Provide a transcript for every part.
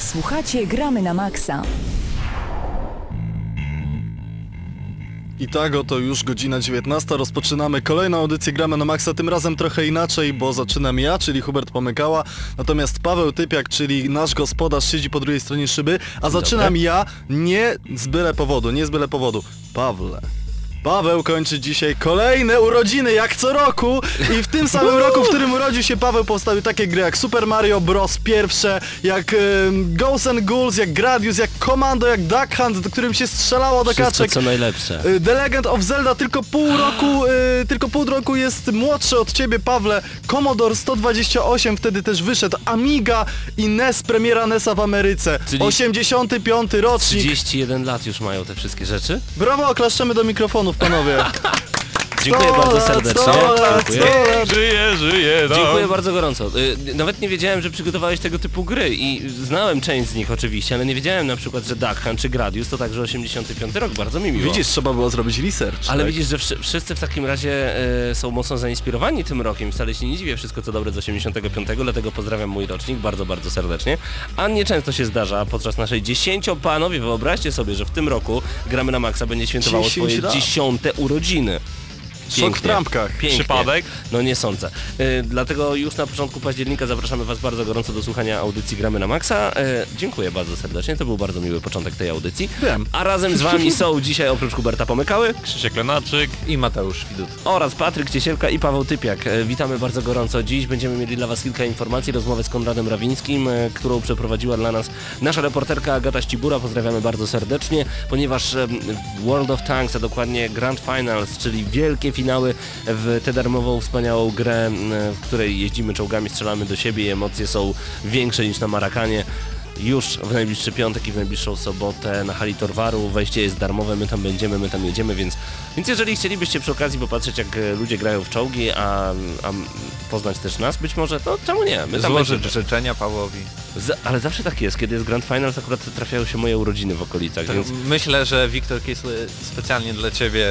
Słuchacie Gramy na Maxa. I tak oto już godzina 19, rozpoczynamy kolejną audycję Gramy na Maxa, tym razem trochę inaczej, bo zaczynam ja, czyli Hubert Pomykała, natomiast Paweł Typiak, czyli nasz gospodarz, siedzi po drugiej stronie szyby, a zaczynam ja nie z byle powodu. Pawle. Paweł kończy dzisiaj kolejne urodziny, jak co roku, i w tym samym roku, w którym urodził się Paweł, powstały takie gry jak Super Mario Bros. Pierwsze, jak Ghosts and Ghouls, jak Gradius, jak Commando, jak Duck Hunt, którym się strzelało do wszystko, kaczek. co najlepsze. The Legend of Zelda tylko pół roku jest młodszy od ciebie, Pawle. Commodore 128 wtedy też wyszedł, Amiga i NES, premiera NES-a w Ameryce. 85. rocznik. 31 lat już mają te wszystkie rzeczy. Brawo, oklaszczemy do mikrofonów, panowie. Dziękuję bardzo serdecznie. Żyje. Dziękuję bardzo gorąco. Nawet nie wiedziałem, że przygotowałeś tego typu gry i znałem część z nich oczywiście, ale nie wiedziałem na przykład, że Duck Hunt czy Gradius to także 85 rok, bardzo mi miło. Widzisz, trzeba było zrobić research. Ale tak? widzisz, że wszyscy w takim razie są mocno zainspirowani tym rokiem, wcale się nie dziwię, wszystko co dobre z 85, dlatego pozdrawiam mój rocznik bardzo, bardzo serdecznie. A nieczęsto się zdarza podczas naszej panowie, wyobraźcie sobie, że w tym roku Gramy na Maxa będzie świętowało 10 swoje lat. 10. urodziny. Szok w trampkach. Pięknie. Przypadek? No nie sądzę. Dlatego już na początku października zapraszamy Was bardzo gorąco do słuchania audycji Gramy na Maxa. Dziękuję bardzo serdecznie, to był bardzo miły początek tej audycji. Wiem. A razem z Wami są dzisiaj oprócz Huberta Pomykały Krzysiek Lenaczyk i Mateusz Widut. oraz Patryk Ciesielka i Paweł Typiak. Witamy bardzo gorąco. Dziś będziemy mieli dla Was kilka informacji, rozmowę z Konradem Rawińskim, którą przeprowadziła dla nas nasza reporterka Agata Ścibura. Pozdrawiamy bardzo serdecznie, ponieważ World of Tanks, a dokładnie Grand Finals, czyli wielkie finały w tę darmową, wspaniałą grę, w której jeździmy czołgami, strzelamy do siebie i emocje są większe niż na Marakanie. Już w najbliższy piątek i w najbliższą sobotę na hali Torwaru. Wejście jest darmowe, my tam będziemy, my tam jedziemy, więc jeżeli chcielibyście przy okazji popatrzeć, jak ludzie grają w czołgi, a poznać też nas być może, to czemu nie? My tam Złożyć życzenia Pawłowi. Ale zawsze tak jest, kiedy jest Grand Finals, akurat trafiają się moje urodziny w okolicach, Tak, więc myślę, że Wiktor Kisly specjalnie dla ciebie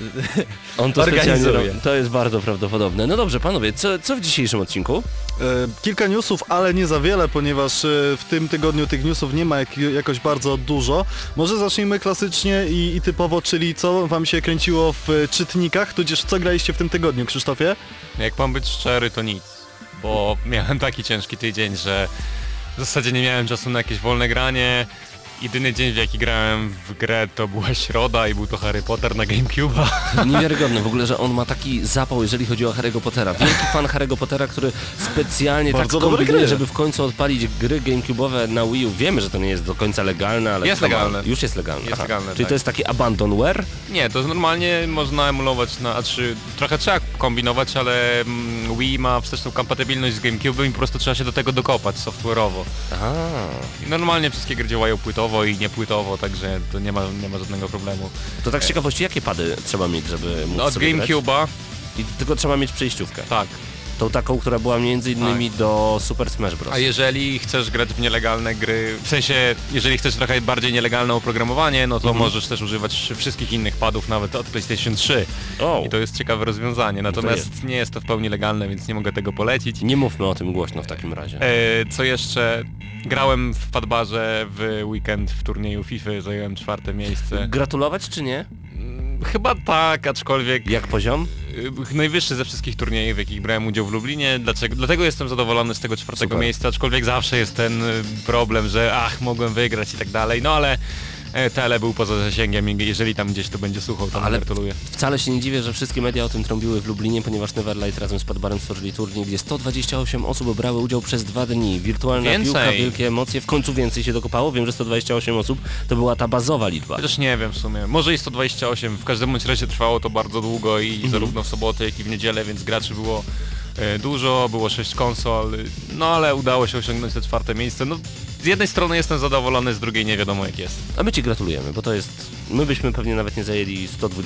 on to organizuje. specjalnie, to jest bardzo prawdopodobne. No dobrze, panowie, co w dzisiejszym odcinku? Kilka newsów, ale nie za wiele, ponieważ w tym tygodniu tych newsów nie ma jakoś bardzo dużo. Może zacznijmy klasycznie i typowo, czyli co wam się kręciło w czytnikach, tudzież co graliście w tym tygodniu, Krzysztofie? Jak mam być szczery, to nic, bo miałem taki ciężki tydzień, że w zasadzie nie miałem czasu na jakieś wolne granie. Jedyny dzień, w jaki grałem w grę, to była środa i był to Harry Potter na GameCube'a. Niewiarygodne w ogóle, że on ma taki zapał, jeżeli chodzi o Harry'ego Pottera. Wielki fan Harry'ego Pottera, który specjalnie Bardzo tak dobre kombinuje, gry. żeby w końcu odpalić gry GameCube'owe na Wii U. Wiemy, że to nie jest do końca legalne, ale... Jest legalne. Już jest legalne. Jest Aha. legalne, Czyli tak. to jest taki abandonware? Nie, to normalnie można emulować trochę trzeba kombinować, ale Wii ma wsteczną kompatybilność z GameCube'em i po prostu trzeba się do tego dokopać software'owo. Aha. I normalnie wszystkie gry działają płytowo i niepłytowo, także to nie ma żadnego problemu. To tak z ciekawości, jakie pady trzeba mieć, żeby móc Od sobie grać? GameCube'a, I tylko trzeba mieć przejściówkę. tak. Tą taką, która była między innymi do Super Smash Bros. A jeżeli chcesz grać w nielegalne gry, w sensie, jeżeli chcesz trochę bardziej nielegalne oprogramowanie, no to możesz też używać wszystkich innych padów, nawet od PlayStation 3. O. I to jest ciekawe rozwiązanie, natomiast nie jest to w pełni legalne, więc nie mogę tego polecić. Nie mówmy o tym głośno w takim razie. Co jeszcze? Grałem w padbarze w weekend w turnieju FIFA, zająłem 4. miejsce. Gratulować czy nie? Chyba tak, aczkolwiek Jak poziom? najwyższy ze wszystkich turniejów, w jakich brałem udział w Lublinie. Dlatego jestem zadowolony z tego 4. Super. miejsca, aczkolwiek zawsze jest ten problem, że mogłem wygrać i tak dalej, no ale Tele był poza zasięgiem i jeżeli tam gdzieś to będzie słuchał, to Ale gratuluję. Wcale się nie dziwię, że wszystkie media o tym trąbiły w Lublinie, ponieważ Neverlight razem z Padbarem stworzyli turniej, gdzie 128 osób brały udział przez 2 dni. Wirtualna Więcej. piłka, wielkie emocje, w końcu więcej się dokopało. Wiem, że 128 osób to była ta bazowa liczba. Chociaż nie wiem w sumie, może i 128, w każdym bądź razie trwało to bardzo długo i zarówno w sobotę, jak i w niedzielę, więc graczy było dużo, było 6 konsol, no ale udało się osiągnąć te 4. miejsce. No, z jednej strony jestem zadowolony, z drugiej nie wiadomo jak jest. A my Ci gratulujemy, bo to jest... My byśmy pewnie nawet nie zajęli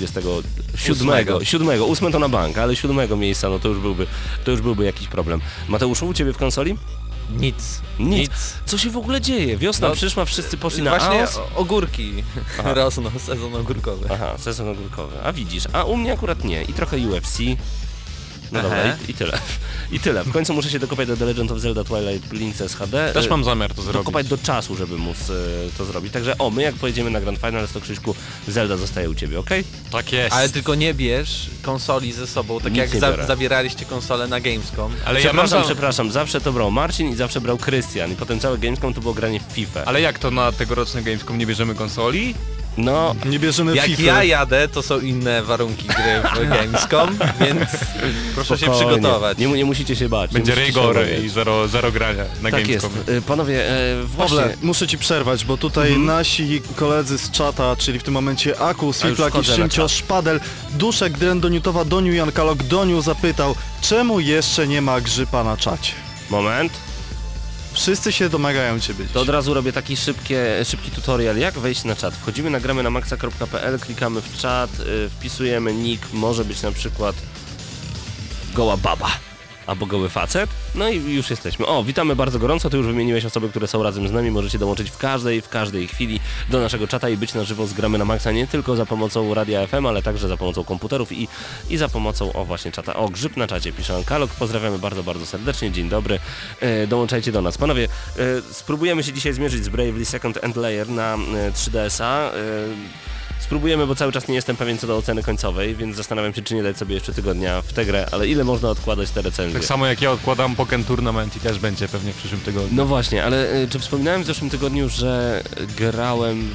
127, 8 to na bank, ale 7 miejsca, no to już byłby jakiś problem. Mateuszu, u Ciebie w konsoli? Nic. Co się w ogóle dzieje? Wiosna No, przyszła, wszyscy poszli na Właśnie AOS. ogórki Aha. rosną, sezon ogórkowy. Aha, sezon ogórkowy. A widzisz, a u mnie akurat nie. I trochę UFC. No dobra, Aha. i tyle. I tyle. W końcu muszę się dokopać do The Legend of Zelda Twilight Princess HD. Też mam zamiar to zrobić. Dokopać do czasu, żeby móc to zrobić. Także my jak pojedziemy na Grand Finals, to Krzyśku, Zelda zostaje u ciebie, okej? Tak jest. Ale tylko nie bierz konsoli ze sobą, tak Nic jak nie biorę. zabieraliście konsolę na Gamescom. Ale ja mam Przepraszam, zawsze to brał Marcin i zawsze brał Krystian i potem całe Gamescom to było granie w FIFA. Ale jak to na tegoroczny Gamescom nie bierzemy konsoli? No, Nie bierzemy Jak FIFA. ja jadę, to są inne warunki gry w Gamescom, więc proszę się spokojnie. przygotować. Nie musicie się bać. Będzie nie musicie się rigor obawiać. i zero grania na Tak jest. Gamescomie. Panowie, właśnie... Pawle, muszę ci przerwać, bo tutaj nasi koledzy z czata, czyli w tym momencie Aku, Swiflak i wchodzę na Szymcio, czat. Szpadel, Duszek, Dren, Doniutowa, Doniu, Jankalok, Doniu zapytał, czemu jeszcze nie ma grzypa na czacie? Moment. Wszyscy się domagają ciebie To od dziś. razu robię taki szybki tutorial, jak wejść na czat. Wchodzimy na gramy na maxa.pl, klikamy w czat, wpisujemy nick, może być na przykład goła baba albo goły facet, no i już jesteśmy. O, witamy bardzo gorąco, ty już wymieniłeś osoby, które są razem z nami, możecie dołączyć w każdej chwili do naszego czata i być na żywo z Gramy na Maxa nie tylko za pomocą radia FM, ale także za pomocą komputerów i za pomocą, właśnie czata. O, grzyb na czacie, pisze Ankalog, pozdrawiamy bardzo serdecznie, dzień dobry, dołączajcie do nas. Panowie, spróbujemy się dzisiaj zmierzyć z Bravely Second End Layer na 3DS-a. Spróbujemy, bo cały czas nie jestem pewien co do oceny końcowej, więc zastanawiam się, czy nie dać sobie jeszcze tygodnia w tę grę, ale ile można odkładać te recenzje? Tak samo jak ja odkładam Pokken Tournament i też będzie pewnie w przyszłym tygodniu. No właśnie, ale czy wspominałem w zeszłym tygodniu, że grałem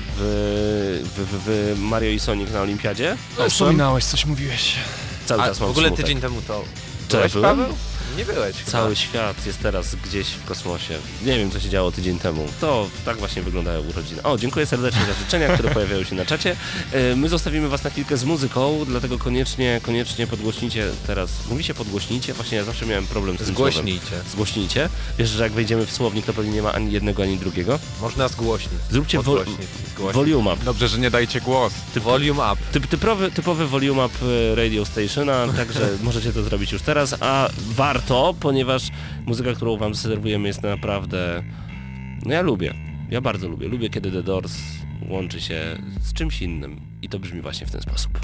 w Mario i Sonic na Olimpiadzie? Wspominałeś, coś mówiłeś. Cały A czas w mam ogóle smutek. tydzień temu to... Co, Byłeś, byłem? Paweł? Nie byłeś chyba. Cały świat jest teraz gdzieś w kosmosie. Nie wiem, co się działo tydzień temu. To tak właśnie wyglądają urodziny. O, dziękuję serdecznie za życzenia, które pojawiają się na czacie. My zostawimy was na chwilkę z muzyką, dlatego koniecznie podgłośnijcie teraz. Mówi się podgłośnijcie? Właśnie ja zawsze miałem problem z tym słowem. Zgłośnijcie. Zgłośnijcie. Wiesz, że jak wejdziemy w słownik, to pewnie nie ma ani jednego, ani drugiego. Można zgłośnić. Zróbcie Podgłośnić. volume up. Dobrze, że nie dajcie głos. Volume up. Typowy volume up radio stationa, także możecie to zrobić już teraz, a warto, ponieważ muzyka, którą wam serwujemy jest naprawdę... No ja bardzo lubię. Lubię, kiedy The Doors łączy się z czymś innym i to brzmi właśnie w ten sposób.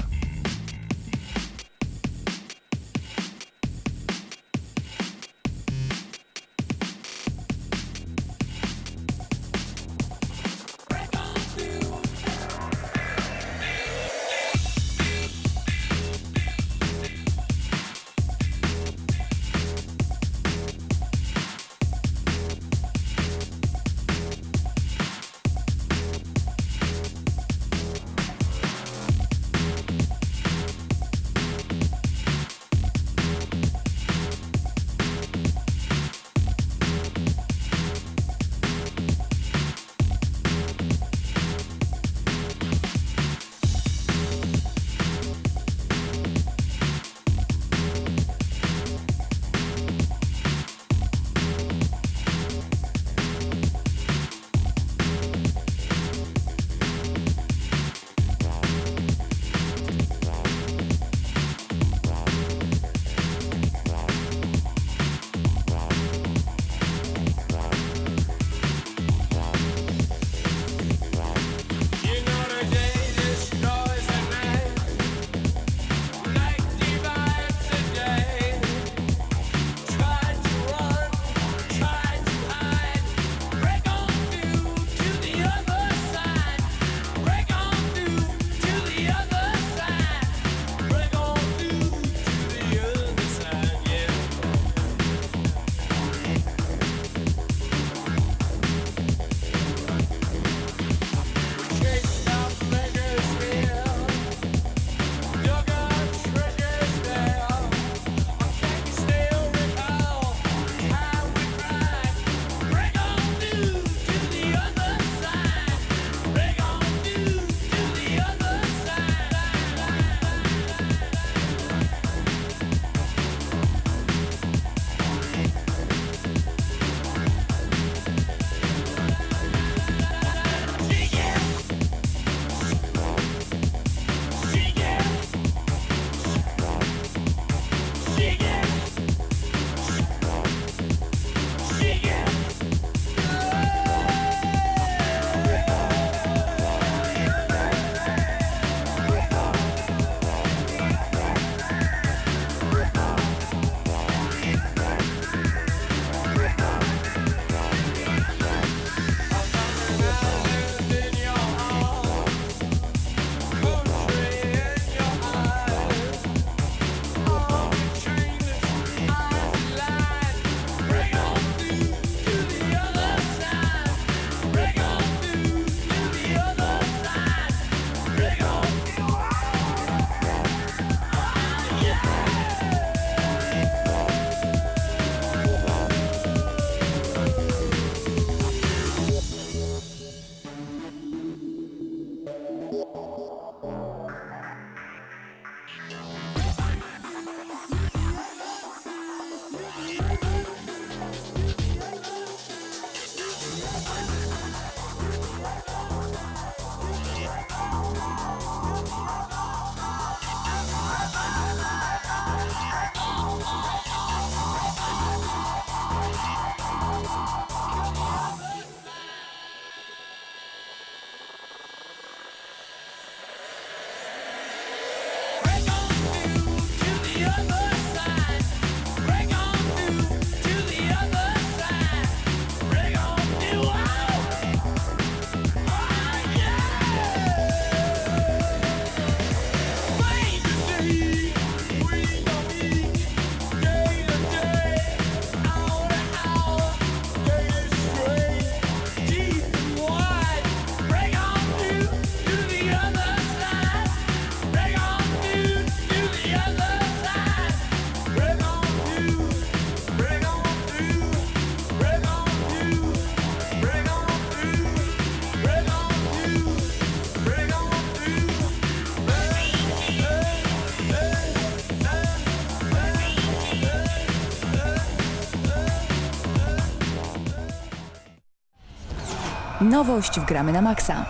Nowość w Gramy na Maxa.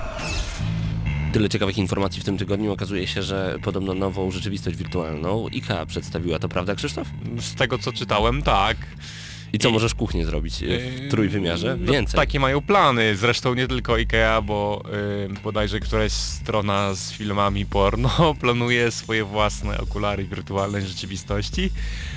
Tyle ciekawych informacji w tym tygodniu. Okazuje się, że podobno nową rzeczywistość wirtualną IKEA przedstawiła. To prawda, Krzysztof? Z tego co czytałem, tak. I co możesz kuchnię zrobić w trójwymiarze? No, Więcej. takie mają plany, zresztą nie tylko IKEA, bo bodajże któraś strona z filmami porno planuje swoje własne okulary wirtualnej rzeczywistości.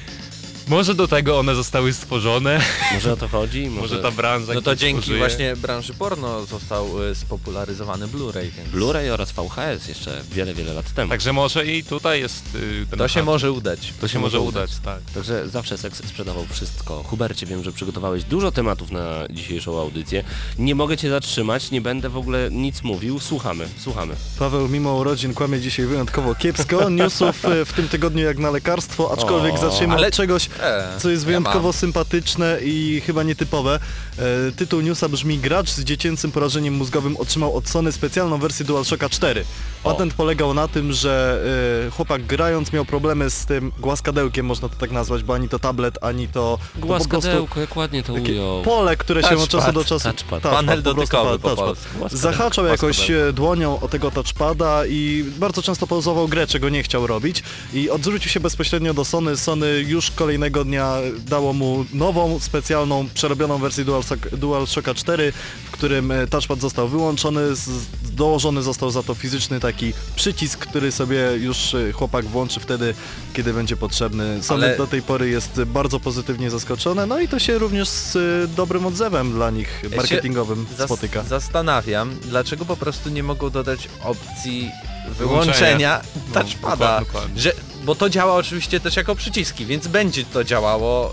Może do tego one zostały stworzone, Może o to chodzi? może ta branża No to gdzieś dzięki użyje. właśnie branży porno został spopularyzowany Blu-ray, więc Blu-ray oraz VHS jeszcze wiele, wiele lat temu. Także może i tutaj jest ten to się hat. może udać. To się może udać, tak. Także zawsze seks sprzedawał wszystko. Hubercie, wiem, że przygotowałeś dużo tematów na dzisiejszą audycję. Nie mogę cię zatrzymać, nie będę w ogóle nic mówił. Słuchamy. Paweł mimo urodzin kłamie dzisiaj wyjątkowo kiepsko. Newsów w tym tygodniu jak na lekarstwo, aczkolwiek zaczniemy ale- od czegoś, co jest wyjątkowo sympatyczne i chyba nietypowe. Tytuł newsa brzmi: gracz z dziecięcym porażeniem mózgowym otrzymał od Sony specjalną wersję DualShocka 4. Patent polegał na tym, że chłopak grając miał problemy z tym głaskadełkiem, można to tak nazwać, bo ani to tablet, ani to po prostu Głaskadełko, jak ładnie to takie ujął. pole, które się od czasu do czasu... touchpad. Panel po prostu dotykowy po touchpad. polsku. Zahaczał jakoś dłonią o tego touchpada i bardzo często pauzował grę, czego nie chciał robić i odwrócił się bezpośrednio do Sony. Sony już kolejnego dnia dało mu nową, specjalną, przerobioną wersję DualShocka 4, w którym touchpad został wyłączony, dołożony został za to fizyczny taki przycisk, który sobie już chłopak włączy wtedy, kiedy będzie potrzebny. Sony Ale- do tej pory jest bardzo pozytywnie zaskoczone, no i to się również z dobrym odzewem dla nich Ja się marketingowym spotyka. Zastanawiam, dlaczego po prostu nie mogą dodać opcji wyłączenia touchpada. Dokładnie. Bo to działa oczywiście też jako przyciski, więc będzie to działało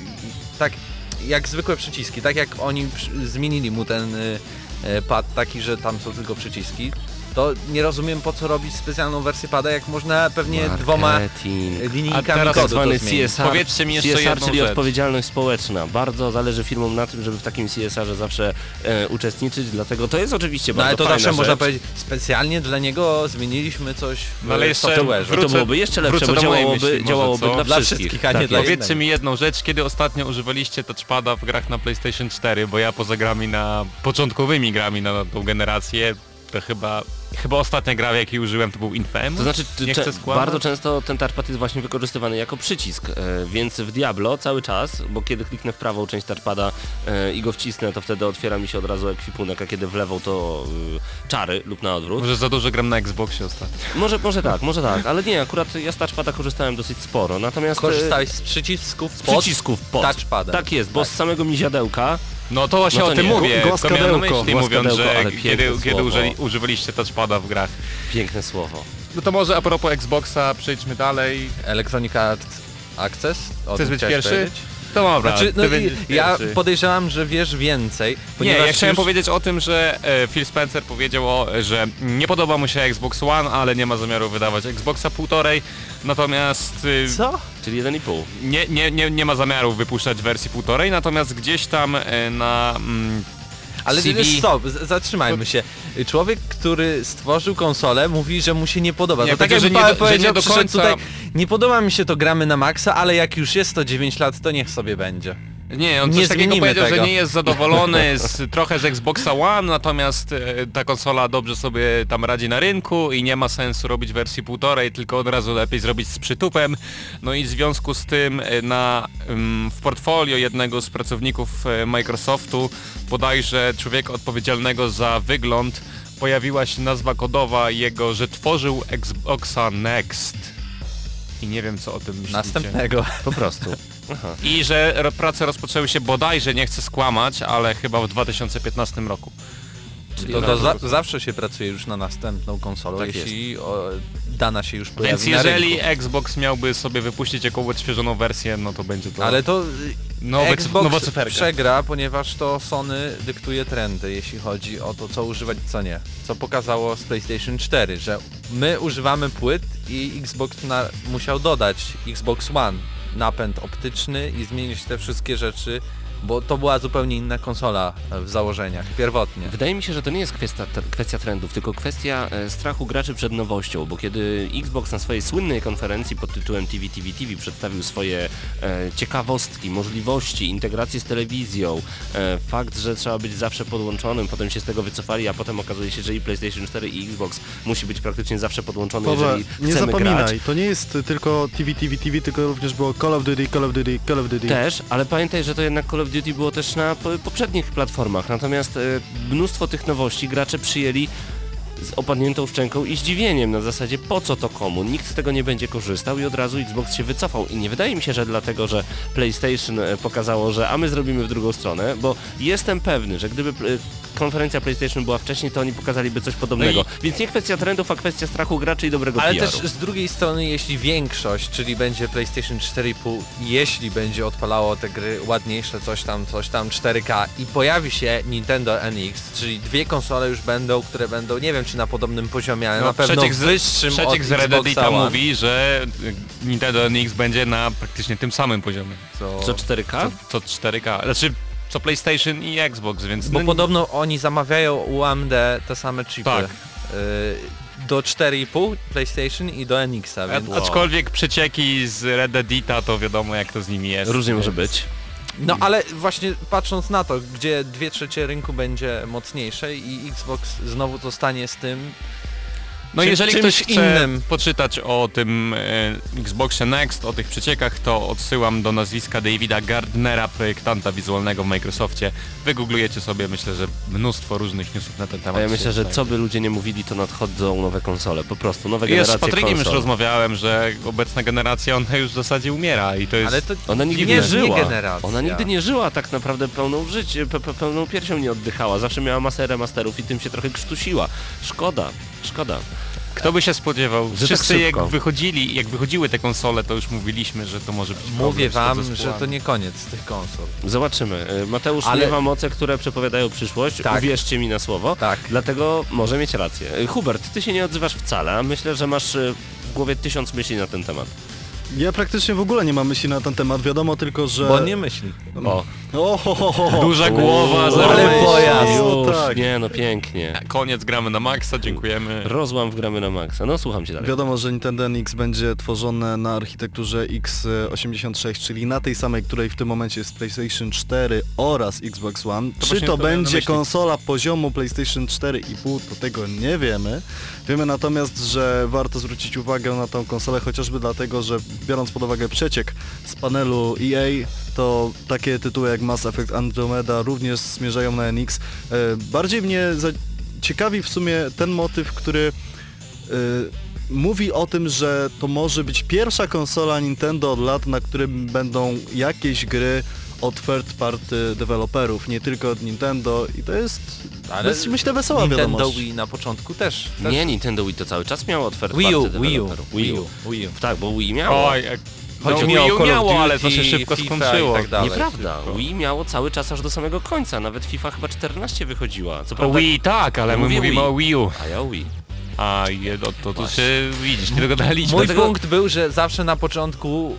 tak jak zwykłe przyciski, tak jak oni zmienili mu ten pad taki, że tam są tylko przyciski. To nie rozumiem, po co robić specjalną wersję pada, jak można pewnie dwoma Marketing. linijkami A teraz kodu Zwany to zmienić. CSR, Powiedzcie mi jeszcze CSR, jedną czyli rzecz. odpowiedzialność społeczna. Bardzo zależy firmom na tym, żeby w takim CSR-ze zawsze uczestniczyć, dlatego to jest oczywiście No bardzo ale to fajna zawsze można rzecz. powiedzieć, specjalnie dla niego zmieniliśmy coś w No ale jeszcze software'ze. I to byłoby jeszcze lepsze, wrócę bo do mojej działałoby, myśli może, działałoby co? dla Dla wszystkich. wszystkich, a nie Tak dla jest. jednego. Powiedzcie mi jedną rzecz, kiedy ostatnio używaliście touchpada w grach na PlayStation 4, bo ja poza grami początkowymi grami na tą generację, to chyba ostatnia gra, jakiej użyłem, to był Infamous. To znaczy, Nie chcę skłamać. bardzo często ten touchpad jest właśnie wykorzystywany jako przycisk, więc w Diablo cały czas, bo kiedy kliknę w prawą część touchpada i go wcisnę, to wtedy otwiera mi się od razu ekwipunek, a kiedy w lewą to czary lub na odwrót. Może za dużo gram na Xboxie ostatnio. Może tak, ale nie, akurat ja z touchpada korzystałem dosyć sporo, natomiast Korzystałeś z przycisków z pod przycisków pod touchpadem. Tak jest, bo z samego miziadełka No to właśnie No to o tym nie. mówię, tylko miałem na myśli mówiąc, Głaskadełko, ale że piękne kiedy słowo. używaliście touchpada w grach. piękne słowo. No to może a propos Xboxa, przejdźmy dalej. Electronic Arts Access? O Chcesz tym być chciałeś pierwszy? powiedzieć? To dobra, Znaczy, no ty i będziesz ja pierwszy. podejrzewam, że wiesz więcej, Nie, ponieważ ja chciałem już... powiedzieć o tym, że Phil Spencer powiedział, że nie podoba mu się Xbox One, ale nie ma zamiaru wydawać Xboxa 1,5, natomiast Co? Czyli 1,5. nie ma zamiaru wypuszczać wersji 1,5, natomiast gdzieś tam na Ale CV... stop, zatrzymajmy się. Człowiek, który stworzył konsolę, mówi, że mu się nie podoba. Nie, to tak powiedział, jakby że Paweł nie do- że powiedział, nie do przyszedł końca- tutaj, nie podoba mi się to, gramy na maksa, ale jak już jest to 9 lat, to niech sobie będzie. Nie, on Nie coś takiego zmienimy powiedział, tego. że nie jest zadowolony trochę z Xboxa One, natomiast ta konsola dobrze sobie tam radzi na rynku i nie ma sensu robić wersji 1,5, tylko od razu lepiej zrobić z przytupem. No i w związku z tym w portfolio jednego z pracowników Microsoftu, bodajże człowieka odpowiedzialnego za wygląd, pojawiła się nazwa kodowa jego, że tworzył Xboxa Next. I nie wiem, co o tym myślicie. Następnego. Po prostu. I że prace rozpoczęły się bodajże, nie chcę skłamać, ale chyba w 2015 roku. Czyli Zawsze się pracuje już na następną konsolę, Tak jeśli dana się już pojawi Więc na jeżeli rynku. Xbox miałby sobie wypuścić jakąś odświeżoną wersję, no to będzie to Ale to Xbox nowa cyferka. przegra, ponieważ to Sony dyktuje trendy, jeśli chodzi o to, co używać, co nie. Co pokazało z PlayStation 4, że my używamy płyt i Xbox musiał dodać Xbox One, napęd optyczny i zmienić te wszystkie rzeczy, bo to była zupełnie inna konsola w założeniach, pierwotnie. Wydaje mi się, że to nie jest kwestia trendów, tylko kwestia strachu graczy przed nowością, bo kiedy Xbox na swojej słynnej konferencji pod tytułem TV przedstawił swoje ciekawostki, możliwości, integrację z telewizją, fakt, że trzeba być zawsze podłączonym, potem się z tego wycofali, a potem okazuje się, że i PlayStation 4 i Xbox musi być praktycznie zawsze podłączony, Paweł, jeżeli nie chcemy zapominaj, grać. to nie jest tylko TV, tylko również było Call of Duty. Też, ale pamiętaj, że to jednak Call of Duty było też na poprzednich platformach, natomiast mnóstwo tych nowości gracze przyjęli z opadniętą szczęką i zdziwieniem, na zasadzie po co to komu, nikt z tego nie będzie korzystał i od razu Xbox się wycofał i nie wydaje mi się, że dlatego, że PlayStation pokazało, że a my zrobimy w drugą stronę, bo jestem pewny, że gdyby konferencja PlayStation była wcześniej, to oni pokazaliby coś podobnego, więc nie kwestia trendów, a kwestia strachu graczy i dobrego Ale PR-u. też z drugiej strony, jeśli większość, czyli będzie PlayStation 4,5, jeśli będzie odpalało te gry ładniejsze, coś tam, 4K i pojawi się Nintendo NX, czyli dwie konsole już będą, które będą, nie wiem czy na podobnym poziomie, ale na pewno wyższym od Przeciek z Red Xboxa Dead'a One. mówi, że Nintendo NX będzie na praktycznie tym samym poziomie. Co 4K? Co 4K, znaczy co PlayStation i Xbox, więc... Bo no, podobno oni zamawiają u AMD te same chipy. Tak. Do 4,5 PlayStation i do NX-a, więc... Aczkolwiek przecieki z Red Dead'a to wiadomo jak to z nimi jest. Różnie może być. No ale właśnie patrząc na to, gdzie 2/3 rynku będzie mocniejsze i Xbox znowu zostanie z tym... No Czy- jeżeli czymś ktoś chce innym. poczytać o tym Xboxie Next, o tych przeciekach, to odsyłam do nazwiska Davida Gardnera, projektanta wizualnego w Microsoftie. Wygooglujecie sobie, myślę, że mnóstwo różnych newsów na ten temat. A ja się myślę, że znajdzie. co by ludzie nie mówili, to nadchodzą nowe konsole, po prostu nowe Ja z generacje Patrykiem już konsol. rozmawiałem, że obecna generacja, ona już w zasadzie umiera i to jest... Ale to Ona nigdy nie nie żyła. generacja. Ona nigdy nie żyła tak naprawdę pełną piersią nie oddychała. Zawsze miała masę remasterów i tym się trochę krztusiła. Szkoda. Kto by się spodziewał? Że tak Wszyscy szybko. jak wychodziły te konsole, to już mówiliśmy, że to może być Mówię problem z wam, że podzespołami. to nie koniec tych konsol. Zobaczymy. Mateusz Ale- miewa moce, które przepowiadają przyszłość. Tak. Uwierzcie mi na słowo. Tak. Dlatego może mieć rację. Hubert, ty się nie odzywasz wcale, a myślę, że masz w głowie 1000 myśli na ten temat. Ja praktycznie w ogóle nie mam myśli na ten temat, wiadomo tylko, że... Bo nie myśli. O, Duża głowa, Uuu, zero ale myśli. pojazd. już, tak. nie no pięknie. Koniec, gramy na maksa, dziękujemy. Rozłam w gramy na maksa. No słucham cię dalej. Wiadomo, że Nintendo NX będzie tworzone na architekturze x86, czyli na tej samej, której w tym momencie jest PlayStation 4 oraz Xbox One. Czy właśnie to to miałem na będzie myśli. konsola poziomu PlayStation 4,5, to tego nie wiemy. Wiemy natomiast, że warto zwrócić uwagę na tą konsolę chociażby dlatego, że biorąc pod uwagę przeciek z panelu EA, to takie tytuły jak Mass Effect Andromeda również zmierzają na NX. Bardziej mnie ciekawi w sumie ten motyw, który mówi o tym, że to może być pierwsza konsola Nintendo od lat, na którym będą jakieś gry od third party deweloperów, nie tylko od Nintendo i to jest myślę wesoła Nintendo wiadomość. Wii na początku też. Nie, Nintendo Wii to cały czas miało otwarte Wii U, party deweloperów. Wii U. Tak, bo Wii miało. Oj, Chodzi mi Wii o U Call of miało, ale Duty, to się szybko FIFA skończyło. i tak dalej. Nieprawda, Wii miało cały czas aż do samego końca, nawet FIFA chyba 14 wychodziła. Co O prawda, Wii tak, ale my Mówię mówimy Wii. o Wii U. A ja Wii. To się widzisz, nie dogadaliśmy. Mój Dlatego- punkt był, że zawsze na początku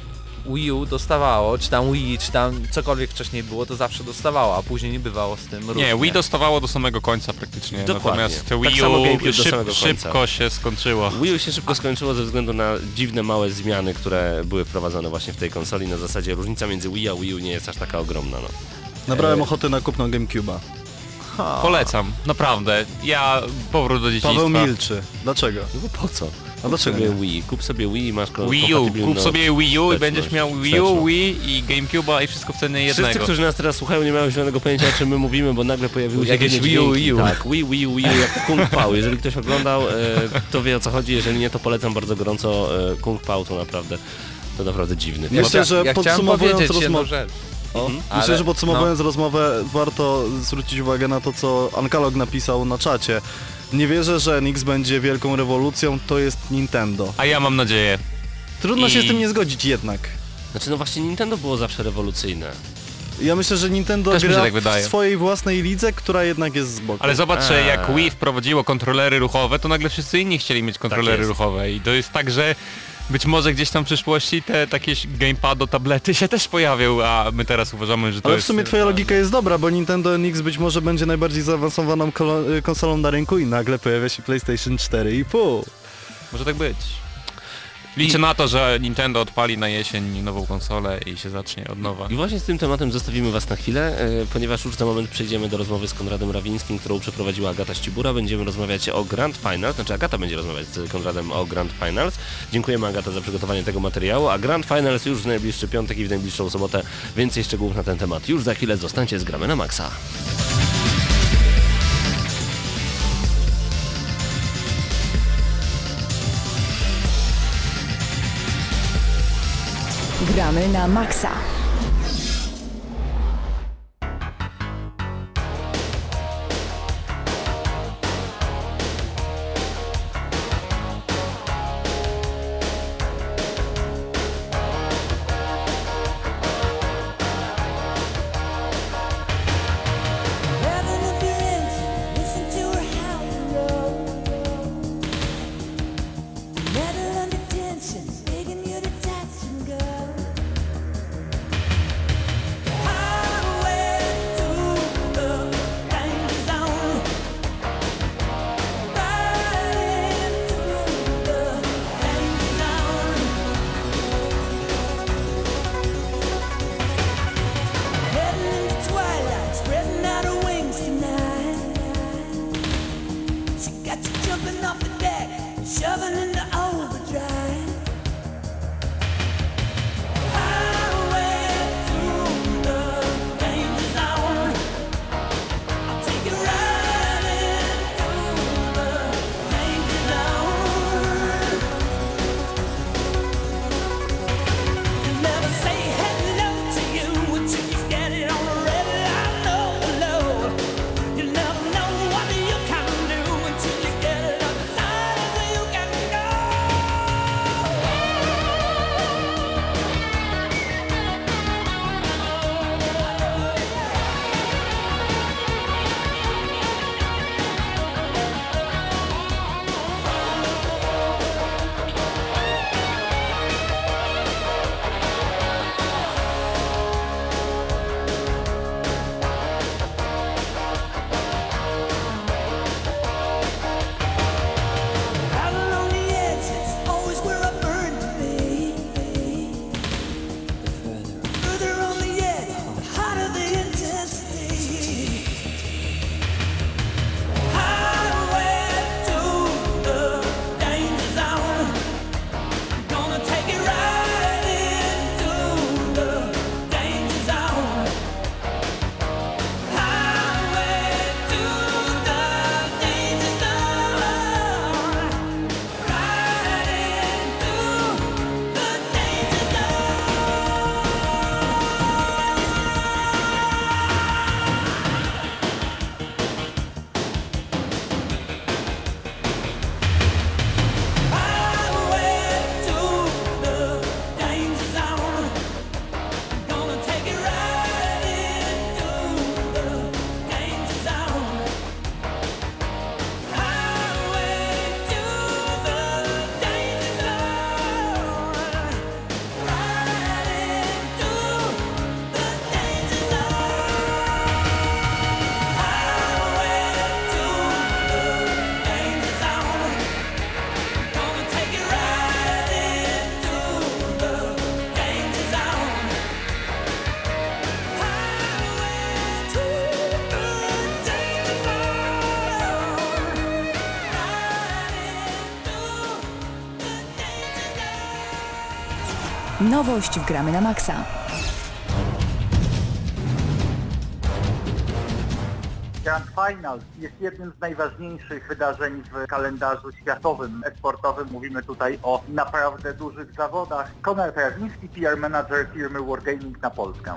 Wii U dostawało, czy tam Wii, czy tam cokolwiek wcześniej było, to zawsze dostawało, a później nie bywało z tym różnie. Nie, Wii dostawało do samego końca praktycznie, Dokładnie. natomiast Tak Wii samo U GameCube do samego końca. szybko się skończyło. Wii U się szybko skończyło ze względu na dziwne, małe zmiany, które były wprowadzone właśnie w tej konsoli. Na zasadzie różnica między Wii a Wii U nie jest aż taka ogromna. No. Nabrałem ochoty na kupno GameCube'a. Polecam, naprawdę. Ja powrót do dzieciństwa. Paweł milczy. Dlaczego? No bo po co? A dlaczego Sobie nie? Wii. Kup sobie Wii i masz Wii U, kompatybilną kup sobie Wii U i wsteczność. będziesz miał Wii U, Wii i GameCube'a i wszystko w cenie Wszyscy, jednego. którzy nas teraz słuchają, nie mają zielonego pojęcia, o czym my mówimy, bo nagle pojawiły się Jakieś inne Wii U, dźwięki. Wii U. Tak, Wii U, jak Kung Pao. Jeżeli ktoś oglądał, to wie o co chodzi, jeżeli nie, to polecam bardzo gorąco. Kung Pao to naprawdę dziwny film. Myślę, że ja chciałem podsumowując powiedzieć jedną rozmowę... rzecz. Myślę, że no. podsumowując rozmowę, warto zwrócić uwagę na to, co Ankalog napisał na czacie. Nie wierzę, że NX będzie wielką rewolucją, to jest Nintendo. A ja mam nadzieję. Trudno się I- z tym nie zgodzić jednak. Znaczy no właśnie Nintendo było zawsze rewolucyjne. Ja myślę, że Nintendo Też mi się gra tak wydaje. w swojej własnej lidze, która jednak jest z boku. Ale zobacz, że jak Wii wprowadziło kontrolery ruchowe, to nagle wszyscy inni chcieli mieć kontrolery jest. ruchowe i to jest tak, że być może gdzieś tam w przyszłości te takie gamepado, tablety się też pojawią, a my teraz uważamy, że to Ale w jest... sumie twoja logika jest dobra, bo Nintendo NX być może będzie najbardziej zaawansowaną konsolą na rynku i nagle pojawia się PlayStation 4,5. Może tak być. Liczę na to, że Nintendo odpali na jesień nową konsolę i się zacznie od nowa. I właśnie z tym tematem zostawimy Was na chwilę, ponieważ już za moment przejdziemy do rozmowy z Konradem Rawińskim, którą przeprowadziła Agata Ścibura. Będziemy rozmawiać o Grand Finals, znaczy Agata będzie rozmawiać z Konradem o Grand Finals. Dziękujemy Agata za przygotowanie tego materiału, a Grand Finals już w najbliższy piątek i w najbliższą sobotę. Więcej szczegółów na ten temat już za chwilę. Zostańcie z Gramy na Maxa. Gramy na Maxa. Revving up your engine, listen to her howl and roll. Metal under tension, begging you to touch and go. Highway to the danger zone. Riding through the danger zone. Heading into twilight, spreading out her wings tonight. She got you jumping off the deck, shoving into overdrive. Highway through the danger zone. I'll take you riding through the danger zone. You never say hello to you until you get it on a red line, low. You never know what you can do until you get it on the line and you can go. Out along the edges, always where I burn to be. The further on the edge, the hotter the intensity. Highway to the danger zone. Gonna take it right into the danger zone. Highway to the danger zone. Right into the danger zone. Highway to the danger zone. Gonna take it right into the danger zone. Nowość w Gramy na Maxa. Grand Final jest jednym z najważniejszych wydarzeń w kalendarzu światowym, e-sportowym. Mówimy tutaj o naprawdę dużych zawodach. Konrad Rawiński, PR manager firmy Wargaming na Polskę.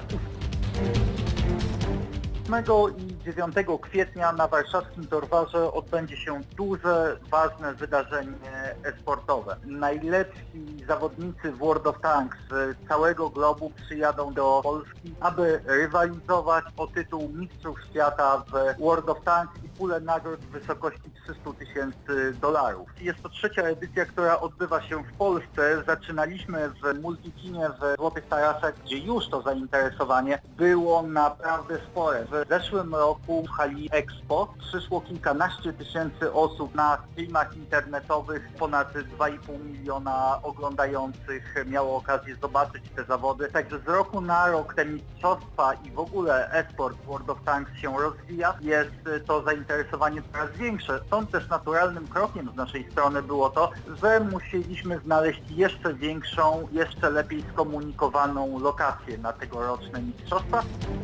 8 i 9 kwietnia na warszawskim Torwarze odbędzie się duże, ważne wydarzenie e-sportowe. Najlepsi zawodnicy w World of Tanks z całego globu przyjadą do Polski, aby rywalizować o tytuł Mistrzów Świata w World of Tanks i pulę nagród w wysokości $300,000. Jest to trzecia edycja, która odbywa się w Polsce. Zaczynaliśmy w Multikinie w Złotych Tarasach, gdzie już to zainteresowanie było naprawdę spore. W zeszłym roku w hali Expo przyszło kilkanaście tysięcy osób na streamach internetowych, ponad 2,5 miliona oglądających miało okazję zobaczyć te zawody. Także z roku na rok te mistrzostwa i w ogóle e-sport World of Tanks się rozwija. Jest to zainteresowanie coraz większe. Stąd też naturalnym krokiem z naszej strony było to, że musieliśmy znaleźć jeszcze większą, jeszcze lepiej skomunikowaną lokację na tegoroczne mistrzostwa.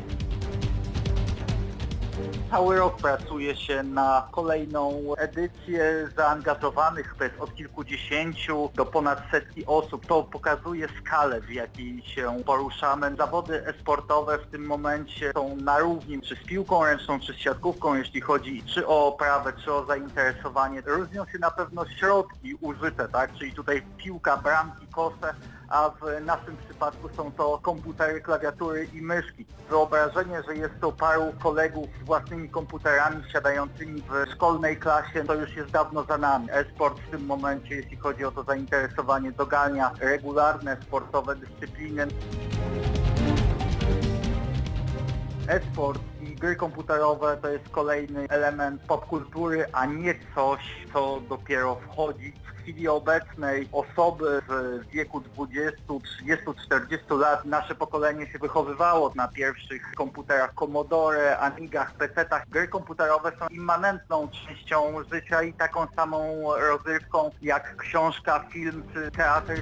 Cały rok pracuje się na kolejną edycję, zaangażowanych jest od kilkudziesięciu do ponad setki osób. To pokazuje skalę, w jakiej się poruszamy. Zawody e-sportowe w tym momencie są na równi czy z piłką ręczną, czy z siatkówką, jeśli chodzi czy o oprawę, czy o zainteresowanie. Różnią się na pewno środki użyte, tak? Czyli tutaj piłka, bramki, kosze, a w naszym przypadku są to komputery, klawiatury i myszki. Wyobrażenie, że jest to paru kolegów z własnymi komputerami siadającymi w szkolnej klasie, to już jest dawno za nami. E-sport w tym momencie, jeśli chodzi o to zainteresowanie, dogania regularne sportowe dyscypliny. E-sport i gry komputerowe to jest kolejny element popkultury, a nie coś, co dopiero wchodzi. W chwili obecnej osoby w wieku 20, 30, 40 lat, nasze pokolenie się wychowywało na pierwszych komputerach Commodore, Amigach, PC-tach. Gry komputerowe są immanentną częścią życia i taką samą rozrywką jak książka, film czy teatr.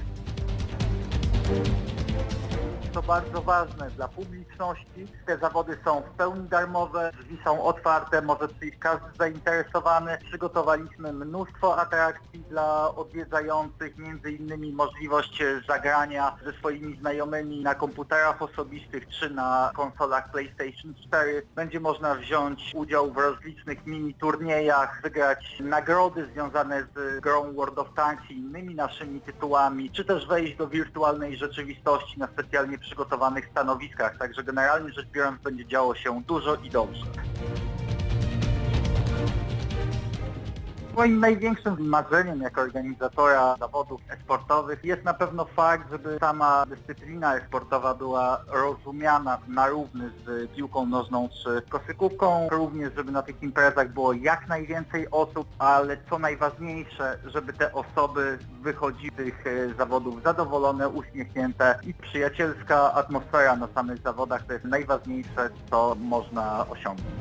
To bardzo ważne dla publiczności. Te zawody są w pełni darmowe, drzwi są otwarte, może przyjść każdy zainteresowany. Przygotowaliśmy mnóstwo atrakcji dla odwiedzających, między innymi możliwość zagrania ze swoimi znajomymi na komputerach osobistych czy na konsolach PlayStation 4. Będzie można wziąć udział w rozlicznych mini turniejach, wygrać nagrody związane z grą World of Tanks i innymi naszymi tytułami, czy też wejść do wirtualnej rzeczywistości na specjalnie przygotowanych stanowiskach, także generalnie rzecz biorąc będzie działo się dużo i dobrze. Moim największym marzeniem jako organizatora zawodów e-sportowych jest na pewno fakt, żeby sama dyscyplina e-sportowa była rozumiana na równy z piłką nożną czy koszykówką. Również, żeby na tych imprezach było jak najwięcej osób, ale co najważniejsze, żeby te osoby wychodziły z tych zawodów zadowolone, uśmiechnięte i przyjacielska atmosfera na samych zawodach to jest najważniejsze, co można osiągnąć.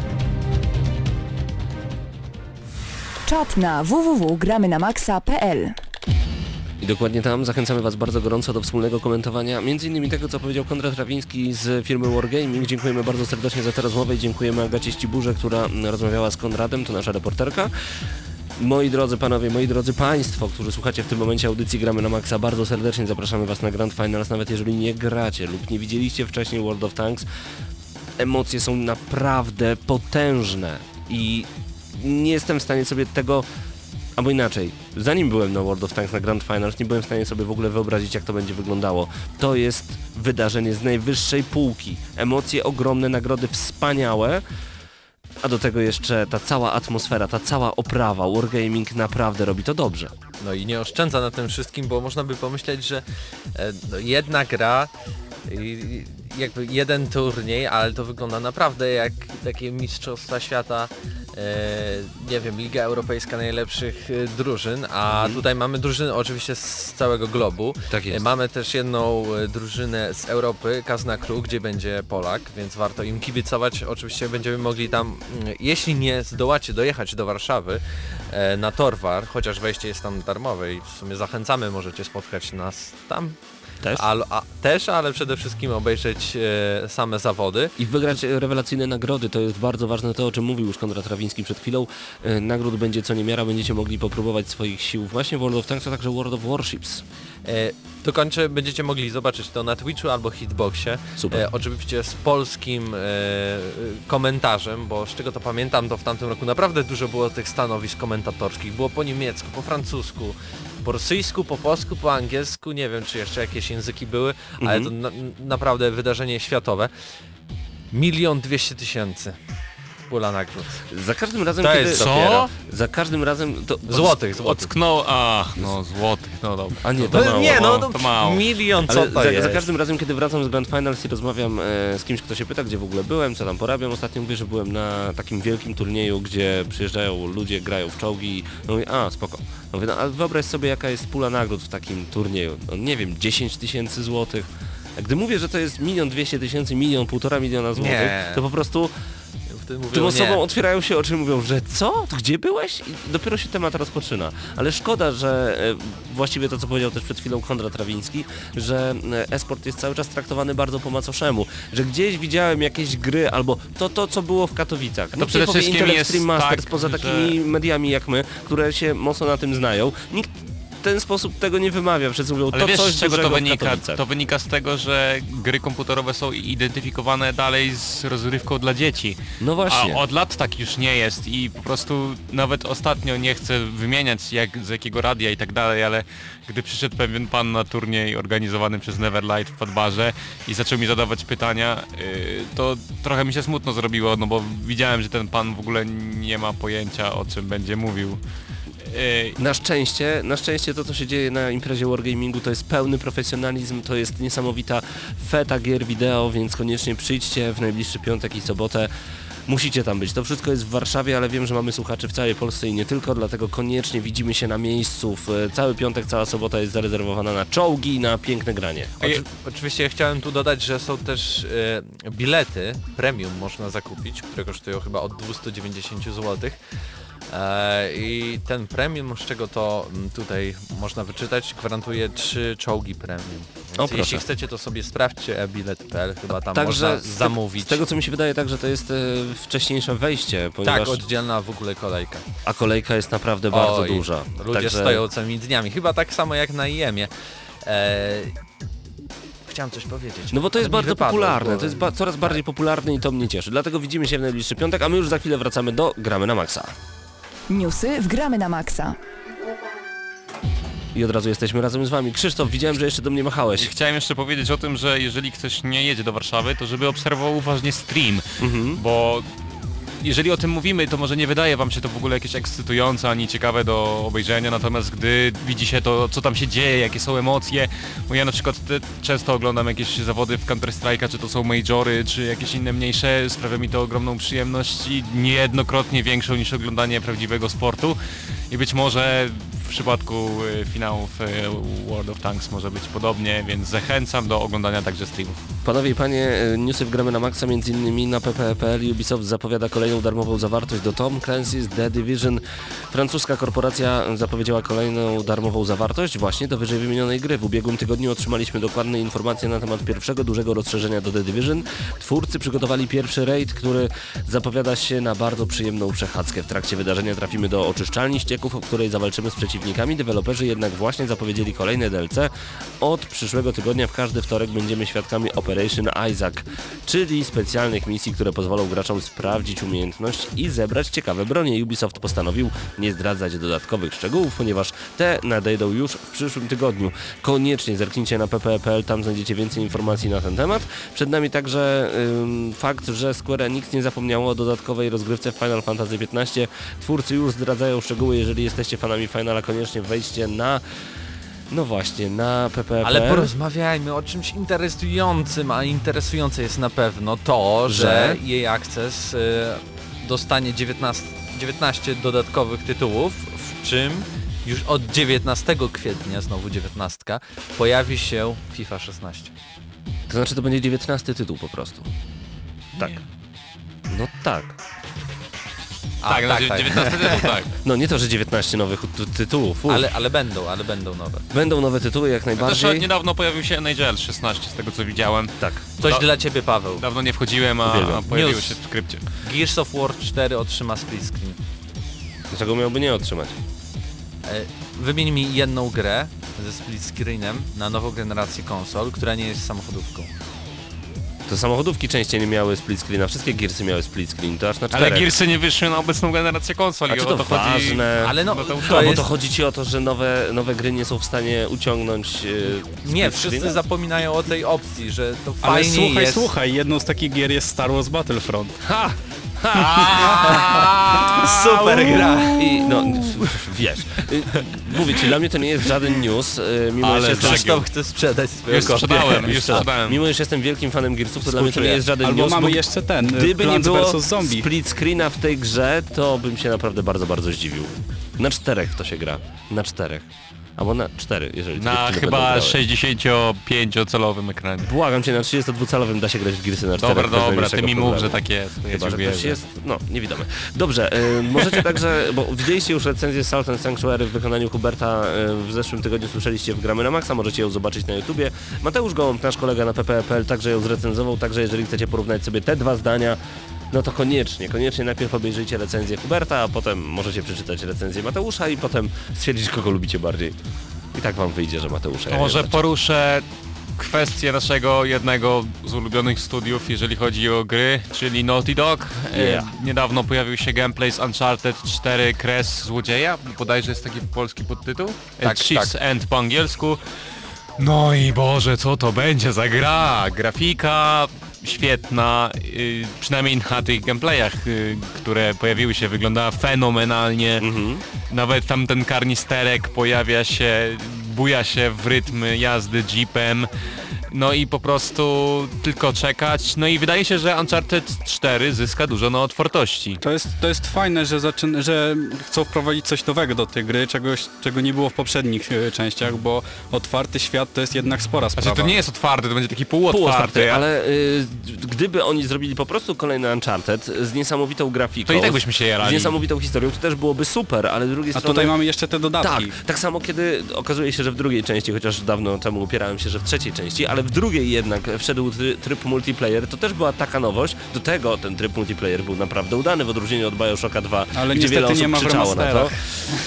Czat na www.gramynamaxa.pl. I dokładnie tam zachęcamy Was bardzo gorąco do wspólnego komentowania m.in. tego, co powiedział Konrad Rawiński z firmy Wargaming. Dziękujemy bardzo serdecznie za tę rozmowę i dziękujemy Agacie Ściburze, która rozmawiała z Konradem, to nasza reporterka. Moi drodzy panowie, moi drodzy państwo, którzy słuchacie w tym momencie audycji Gramy na Maxa, bardzo serdecznie zapraszamy Was na Grand Finals, nawet jeżeli nie gracie lub nie widzieliście wcześniej World of Tanks. Emocje są naprawdę potężne i nie jestem w stanie sobie tego, albo inaczej, zanim byłem na World of Tanks na Grand Finals, nie byłem w stanie sobie w ogóle wyobrazić, jak to będzie wyglądało. To jest wydarzenie z najwyższej półki. Emocje ogromne, nagrody wspaniałe, a do tego jeszcze ta cała atmosfera, ta cała oprawa. Wargaming naprawdę robi to dobrze. No i nie oszczędza na tym wszystkim, bo można by pomyśleć, że jedna gra, jakby jeden turniej, ale to wygląda naprawdę jak takie mistrzostwa świata, nie wiem, Liga Europejska najlepszych drużyn, a tutaj mamy drużyny oczywiście z całego globu. Tak jest. Mamy też jedną drużynę z Europy, Kazna Crew, gdzie będzie Polak, więc warto im kibicować. Oczywiście będziemy mogli tam, jeśli nie zdołacie dojechać do Warszawy na Torwar, chociaż wejście jest tam darmowe i w sumie zachęcamy, możecie spotkać nas tam. Też? Ale przede wszystkim obejrzeć same zawody. I wygrać rewelacyjne nagrody, to jest bardzo ważne, to o czym mówił już Konrad Rawiński przed chwilą. Nagród będzie co niemiara, będziecie mogli popróbować swoich sił właśnie w World of Tanks, a także World of Warships. Dokończę, będziecie mogli zobaczyć to na Twitchu albo Hitboxie. Super. Oczywiście z polskim komentarzem, bo z czego to pamiętam, to w tamtym roku naprawdę dużo było tych stanowisk komentatorskich. Było po niemiecku, po francusku, po rosyjsku, po polsku, po angielsku, nie wiem czy jeszcze jakieś języki były, ale to naprawdę wydarzenie światowe. 1 200 000 pula nagród. Za każdym razem, To kiedy... jest dopiero. Za każdym razem... To... Złotych. Ocknął, złotych, no dobra. A nie, to mało. Nie, to mało. 1 000 000, co Ale to jest? za każdym razem, kiedy wracam z Grand Finals i rozmawiam z kimś, kto się pyta, gdzie w ogóle byłem, co tam porabiam, ostatnio mówię, że byłem na takim wielkim turnieju, gdzie przyjeżdżają ludzie, grają w czołgi i no mówię, spoko. No mówię, ale wyobraź sobie, jaka jest pula nagród w takim turnieju. No nie wiem, 10 000 złotych. A gdy mówię, że to jest 1 200 000, 1,5 miliona złotych, to po prostu tym osobom otwierają się oczy i mówią, że co? Gdzie byłeś? I dopiero się temat rozpoczyna. Ale szkoda, że właściwie to, co powiedział też przed chwilą Konrad Rawiński, że e-sport jest cały czas traktowany bardzo po macoszemu. Że gdzieś widziałem jakieś gry, albo to co było w Katowicach. To przede wszystkim Intel jest Extreme Masters, tak, poza że... takimi mediami jak my, które się mocno na tym znają. Nikt w ten sposób tego nie wymawia. Wszyscy mówią, Ale to wiesz, coś z czego to dużego w wynika? Katowicach. To wynika z tego, że gry komputerowe są identyfikowane dalej z rozrywką dla dzieci. No właśnie. A od lat tak już nie jest i po prostu nawet ostatnio, nie chcę wymieniać z jakiego radia i tak dalej, ale gdy przyszedł pewien pan na turniej organizowany przez Neverlight w Podbarze i zaczął mi zadawać pytania, to trochę mi się smutno zrobiło, no bo widziałem, że ten pan w ogóle nie ma pojęcia, o czym będzie mówił. Na szczęście to, co się dzieje na imprezie Wargamingu, to jest pełny profesjonalizm, to jest niesamowita feta gier wideo, więc koniecznie przyjdźcie w najbliższy piątek i sobotę. Musicie tam być. To wszystko jest w Warszawie, ale wiem, że mamy słuchaczy w całej Polsce i nie tylko, dlatego koniecznie widzimy się na miejscu. Cały piątek, cała sobota jest zarezerwowana na czołgi i na piękne granie. Oczywiście chciałem tu dodać, że są też bilety premium można zakupić, które kosztują chyba od 290 zł. I ten premium, z czego to tutaj można wyczytać, gwarantuje 3 czołgi premium. Więc jeśli chcecie, to sobie sprawdźcie e-bilet.pl, chyba tam można zamówić. Z tego co mi się wydaje także to jest wcześniejsze wejście, ponieważ... Tak, oddzielna w ogóle kolejka. A kolejka jest naprawdę bardzo duża. Ludzie stoją całymi dniami, chyba tak samo jak na IEM-ie. Chciałem coś powiedzieć. No bo to jest bardzo popularne, to jest coraz bardziej popularne i to mnie cieszy. Dlatego widzimy się w najbliższy piątek, a my już za chwilę wracamy do Gramy na Maxa. Newsy w Gramy na Maxa. I od razu jesteśmy razem z wami. Krzysztof, widziałem, że jeszcze do mnie machałeś. Chciałem jeszcze powiedzieć o tym, że jeżeli ktoś nie jedzie do Warszawy, to żeby obserwował uważnie stream, bo jeżeli o tym mówimy, to może nie wydaje wam się to w ogóle jakieś ekscytujące ani ciekawe do obejrzenia, natomiast gdy widzi się to, co tam się dzieje, jakie są emocje, bo ja na przykład często oglądam jakieś zawody w Counter-Strike'a, czy to są majory, czy jakieś inne mniejsze, sprawia mi to ogromną przyjemność i niejednokrotnie większą niż oglądanie prawdziwego sportu i być może w przypadku finałów World of Tanks może być podobnie, więc zachęcam do oglądania także streamów. Panowie i panie, newsy w Gramy na Maxa, między innymi na pp.pl Ubisoft zapowiada kolejną darmową zawartość do Tom Clancy's The Division. Francuska korporacja zapowiedziała kolejną darmową zawartość właśnie do wyżej wymienionej gry. W ubiegłym tygodniu otrzymaliśmy dokładne informacje na temat pierwszego dużego rozszerzenia do The Division. Twórcy przygotowali pierwszy raid, który zapowiada się na bardzo przyjemną przechadzkę. W trakcie wydarzenia trafimy do oczyszczalni ścieków, w której zawalczymy z przeciwnikami. Deweloperzy jednak właśnie zapowiedzieli kolejne DLC. Od przyszłego tygodnia w każdy wtorek będziemy świadkami Operation Isaac, czyli specjalnych misji, które pozwolą graczom sprawdzić umiejętność i zebrać ciekawe bronie. Ubisoft postanowił nie zdradzać dodatkowych szczegółów, ponieważ te nadejdą już w przyszłym tygodniu. Koniecznie zerknijcie na pp.pl, tam znajdziecie więcej informacji na ten temat. Przed nami także fakt, że Square Enix nie zapomniało o dodatkowej rozgrywce w Final Fantasy XV. Twórcy już zdradzają szczegóły, jeżeli jesteście fanami Finala, koniecznie wejdźcie na... No właśnie, na pp.pl. Ale porozmawiajmy o czymś interesującym, a interesujące jest na pewno to, że EA Access dostanie 19 dodatkowych tytułów, w czym już od 19 kwietnia, znowu 19, pojawi się FIFA 16. To znaczy to będzie 19 tytuł po prostu. Tak. No tak. Tak, no, 19 tytuł, tak. No nie to, że 19 nowych tytułów. Ale będą nowe. Będą nowe tytuły jak Też najbardziej. niedawno pojawił się NHL 16 z tego co widziałem. Tak. Coś Da- dla ciebie, Paweł. Dawno nie wchodziłem, a Uwielbiam. pojawiło News. się w skrypcie. Gears of War 4 otrzyma split screen. Dlaczego miałby nie otrzymać? Wymień mi jedną grę ze split screenem na nową generację konsol, która nie jest samochodówką. To samochodówki częściej nie miały split screena, wszystkie Gearsy miały split screen, to aż na Ale czterech. Gearsy nie wyszły na obecną generację konsoli. A czy o to to chodzi. ważne? Ale no, No to to Bo jest... to chodzi ci o to, że nowe gry nie są w stanie uciągnąć Nie, split wszyscy screena? zapominają o tej opcji, że to Ale fajnie jest... słuchaj, jedną z takich gier jest Star Wars Battlefront. Ha! Super gra! I no, wiesz, mówię ci, dla mnie to nie jest żaden news, mimo Ale że jestem... Krzysztof chce sprzedać swoją Już kopię. już sprzedałem. Mimo że jestem wielkim fanem Gearsów, to dla mnie to nie Współczuję. jest żaden Albo news, mamy bo jeszcze ten, gdyby nie Plants było vs. Zombie. split screena w tej grze, to bym się naprawdę bardzo, bardzo zdziwił. Na 4 w to się gra. Na 4. Albo na 4, jeżeli Na dziewczyny chyba będą grały. 65-calowym ekranie. Błagam cię, na 32-calowym da się grać w Gearsy na 4. Dobra, ty mi mów, że tak jest. To ja Chyba, ci że ktoś wierzę. jest, no, niewidomy. Dobrze, możecie także, bo widzieliście już recenzję Salt and Sanctuary w wykonaniu Huberta w zeszłym tygodniu, słyszeliście w Gramy na Maxa, możecie ją zobaczyć na YouTubie. Mateusz Gołąb, nasz kolega na pp.pl, także ją zrecenzował, także jeżeli chcecie porównać sobie te dwa zdania, no to koniecznie najpierw obejrzyjcie recenzję Huberta, a potem możecie przeczytać recenzję Mateusza i potem stwierdzić, kogo lubicie bardziej. I tak wam wyjdzie, że Mateusza... To może poruszę kwestię naszego jednego z ulubionych studiów, jeżeli chodzi o gry, czyli Naughty Dog. Yeah. Niedawno pojawił się gameplay z Uncharted 4 Kres Złodzieja, bodajże jest taki polski podtytuł. Tak, Thief's End po angielsku. No i Boże, co to będzie za gra? Grafika świetna, przynajmniej na tych gameplayach, które pojawiły się, wyglądała fenomenalnie. Nawet tam ten karnisterek pojawia się, buja się w rytm jazdy jeepem. No i po prostu tylko czekać. No i wydaje się, że Uncharted 4 zyska dużo na otwartości. To jest fajne, że chcą wprowadzić coś nowego do tej gry, czego nie było w poprzednich częściach, bo otwarty świat to jest jednak spora sprawa. Znaczy to nie jest otwarty, to będzie taki półotwarty, ale gdyby oni zrobili po prostu kolejny Uncharted z niesamowitą grafiką, to i tak byśmy się z jarali. niesamowitą historią, to też byłoby super, ale z drugiej A strony... tutaj mamy jeszcze te dodatki. Tak samo kiedy okazuje się, że w drugiej części, chociaż dawno temu upierałem się, że w trzeciej części, ale w drugiej jednak wszedł tryb multiplayer, to też była taka nowość. Do tego ten tryb multiplayer był naprawdę udany w odróżnieniu od BioShocka 2, Ale gdzie wiele niestety osób nie ma w krzyczało na to. remasterach.